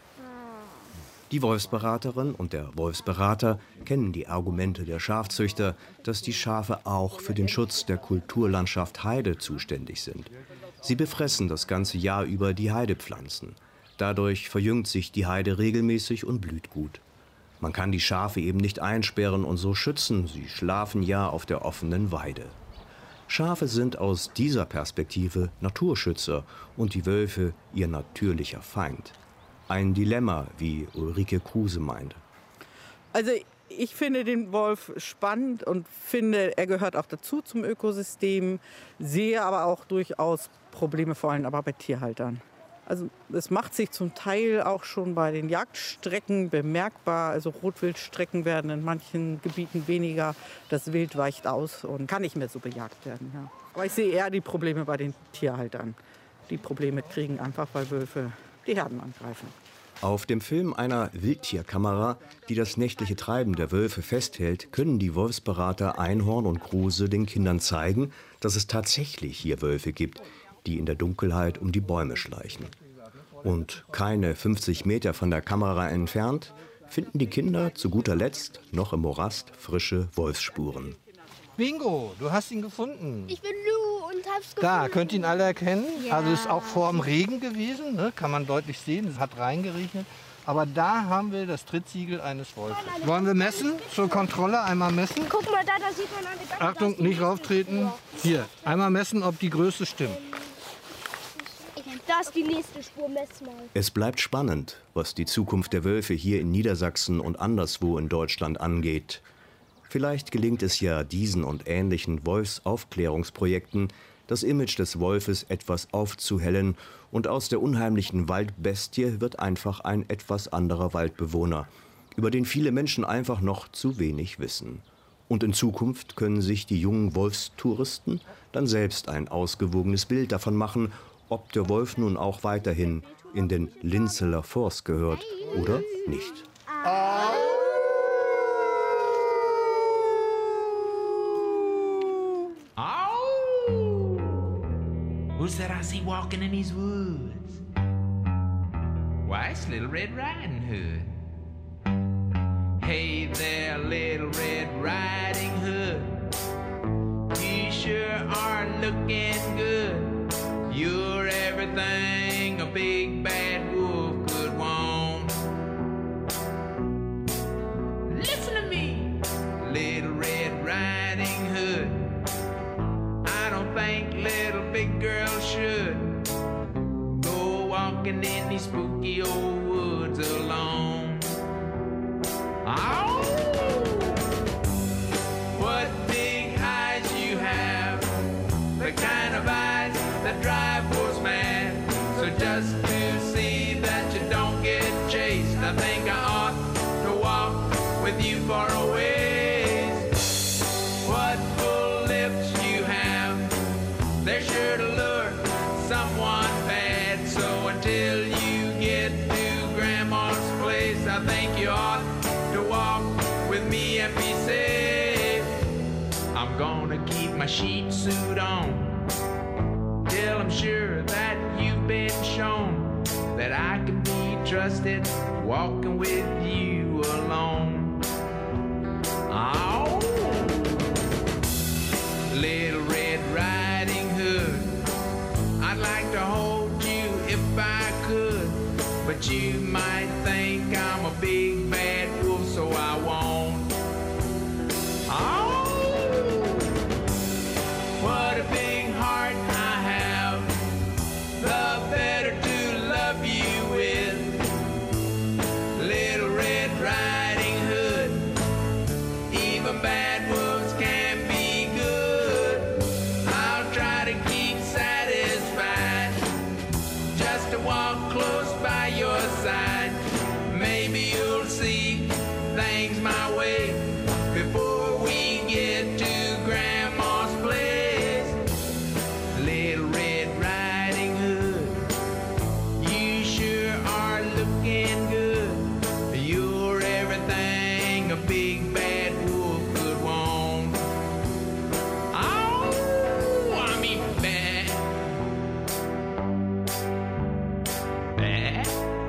Speaker 17: Die Wolfsberaterin und der Wolfsberater kennen die Argumente der Schafzüchter, dass die Schafe auch für den Schutz der Kulturlandschaft Heide zuständig sind. Sie befressen das ganze Jahr über die Heidepflanzen. Dadurch verjüngt sich die Heide regelmäßig und blüht gut. Man kann die Schafe eben nicht einsperren und so schützen, sie schlafen ja auf der offenen Weide. Schafe sind aus dieser Perspektive Naturschützer und die Wölfe ihr natürlicher Feind. Ein Dilemma, wie Ulrike Kruse meint.
Speaker 16: Also ich finde den Wolf spannend und finde, er gehört auch dazu zum Ökosystem. Sehe aber auch durchaus Probleme, vor allem aber bei Tierhaltern. Also es macht sich zum Teil auch schon bei den Jagdstrecken bemerkbar. Also Rotwildstrecken werden in manchen Gebieten weniger. Das Wild weicht aus und kann nicht mehr so bejagt werden. Ja. Aber ich sehe eher die Probleme bei den Tierhaltern. Die Probleme kriegen einfach, weil Wölfe die Herden angreifen.
Speaker 17: Auf dem Film einer Wildtierkamera, die das nächtliche Treiben der Wölfe festhält, können die Wolfsberater Einhorn und Kruse den Kindern zeigen, dass es tatsächlich hier Wölfe gibt, die in der Dunkelheit um die Bäume schleichen. Und keine fünfzig Meter von der Kamera entfernt finden die Kinder zu guter Letzt noch im Morast frische Wolfsspuren.
Speaker 19: Bingo, du hast ihn gefunden.
Speaker 18: Ich bin Lu und hab's gefunden.
Speaker 19: Da, könnt ihr ihn alle erkennen?
Speaker 18: Ja.
Speaker 19: Also ist auch vor dem Regen gewesen, ne? Kann man deutlich sehen, es hat reingeregnet. Aber da haben wir das Trittsiegel eines Wolfes. Wollen wir messen? Zur Kontrolle einmal messen?
Speaker 20: Guck mal da, da sieht man an der Decke.
Speaker 19: Achtung, nicht rauftreten. Hier, einmal messen, ob die Größe stimmt.
Speaker 20: Da ist die nächste Spur, mess mal.
Speaker 17: Es bleibt spannend, was die Zukunft der Wölfe hier in Niedersachsen und anderswo in Deutschland angeht. Vielleicht gelingt es ja diesen und ähnlichen Wolfsaufklärungsprojekten, das Image des Wolfes etwas aufzuhellen, und aus der unheimlichen Waldbestie wird einfach ein etwas anderer Waldbewohner, über den viele Menschen einfach noch zu wenig wissen. Und in Zukunft können sich die jungen Wolfstouristen dann selbst ein ausgewogenes Bild davon machen, ob der Wolf nun auch weiterhin in den Linzeler Forst gehört oder nicht.
Speaker 21: Who's that I see walking in these woods? Why, it's Little Red Riding Hood. Hey there, Little Red Riding Hood. You sure are looking good. You're everything a big bad wolf could want. Listen to me, Little Red Riding Hood. I don't think little big girls should go walking in these spooky old woods alone. Oh, what big eyes you have, the kind of eyes that drive wolves mad. So just to see that you don't get chased, I think I ought to walk with you for a ways. What full lips you have, they're sure to lure someone bad. So until you get to Grandma's place, I think you ought to walk with me and be safe. I'm gonna keep my sheep suit on till I'm sure that you've been shown that I can be trusted walking with you alone. Oh, Little Red Riding Hood, I'd like to hold you if I could, but you might think I'm a big bad wolf, so I won't. Oh, what a big heart I have, the better to love you with. Little Red Riding Hood, even bad wolves can be good. I'll try to keep satisfied just to walk close by your side. Maybe you'll see things my way before we get to Grandma's place. Little Red Riding Hood, you sure are looking good. You're everything a big bad wolf could want. Oh, I mean bad. Bad.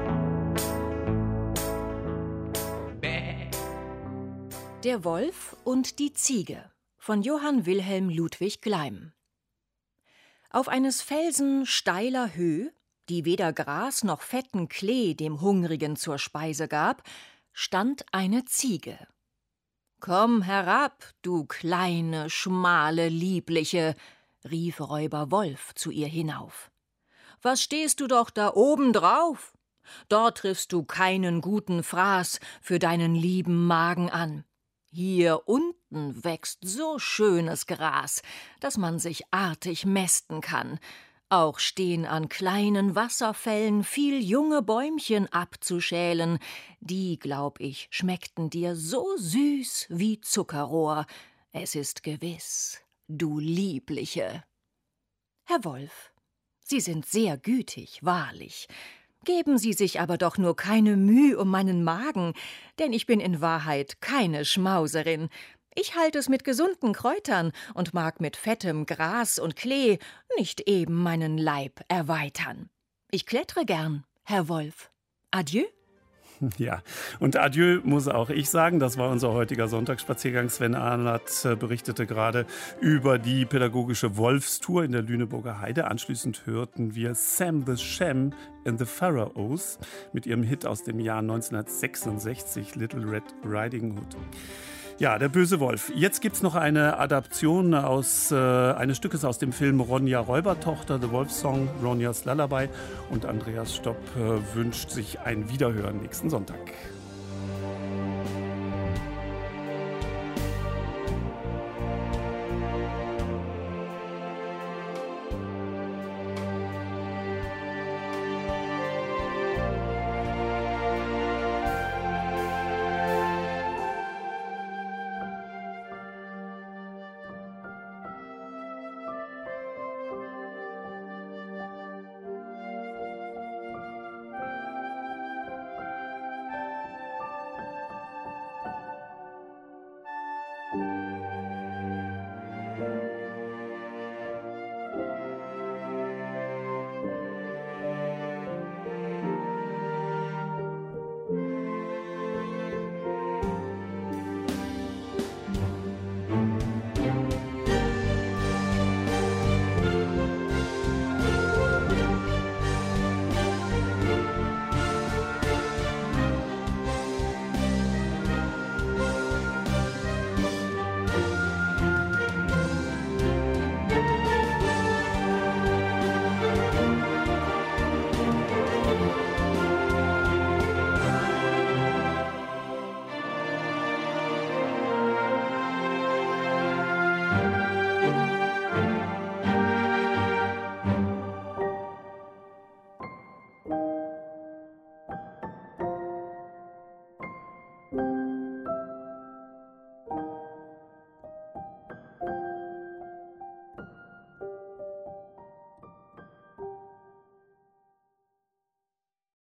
Speaker 22: Der Wolf und die Ziege von Johann Wilhelm Ludwig Gleim. Auf eines Felsen steiler Höh, die weder Gras noch fetten Klee dem Hungrigen zur Speise gab, stand eine Ziege. »Komm herab, du kleine, schmale, liebliche«, rief Räuber Wolf zu ihr hinauf. »Was stehst du doch da oben drauf? Dort triffst du keinen guten Fraß für deinen lieben Magen an. Hier unten wächst so schönes Gras, dass man sich artig mästen kann. Auch stehen an kleinen Wasserfällen viel junge Bäumchen abzuschälen. Die, glaub ich, schmeckten dir so süß wie Zuckerrohr. Es ist gewiss, du Liebliche.« »Herr Wolf, Sie sind sehr gütig, wahrlich. Geben Sie sich aber doch nur keine Mühe um meinen Magen, denn ich bin in Wahrheit keine Schmauserin. Ich halte es mit gesunden Kräutern und mag mit fettem Gras und Klee nicht eben meinen Leib erweitern. Ich klettere gern, Herr Wolf. Adieu.«
Speaker 3: Ja, und adieu muss auch ich sagen. Das war unser heutiger Sonntagsspaziergang. Sven Ahnert berichtete gerade über die pädagogische Wolfstour in der Lüneburger Heide. Anschließend hörten wir Sam the Sham and the Pharaohs mit ihrem Hit aus dem Jahr neunzehnhundertsechsundsechzig, Little Red Riding Hood. Ja, der böse Wolf. Jetzt gibt's noch eine Adaption aus, äh, eines Stückes aus dem Film Ronja Räubertochter, The Wolf Song, Ronjas Lullaby. Und Andreas Stopp äh, wünscht sich ein Wiederhören nächsten Sonntag.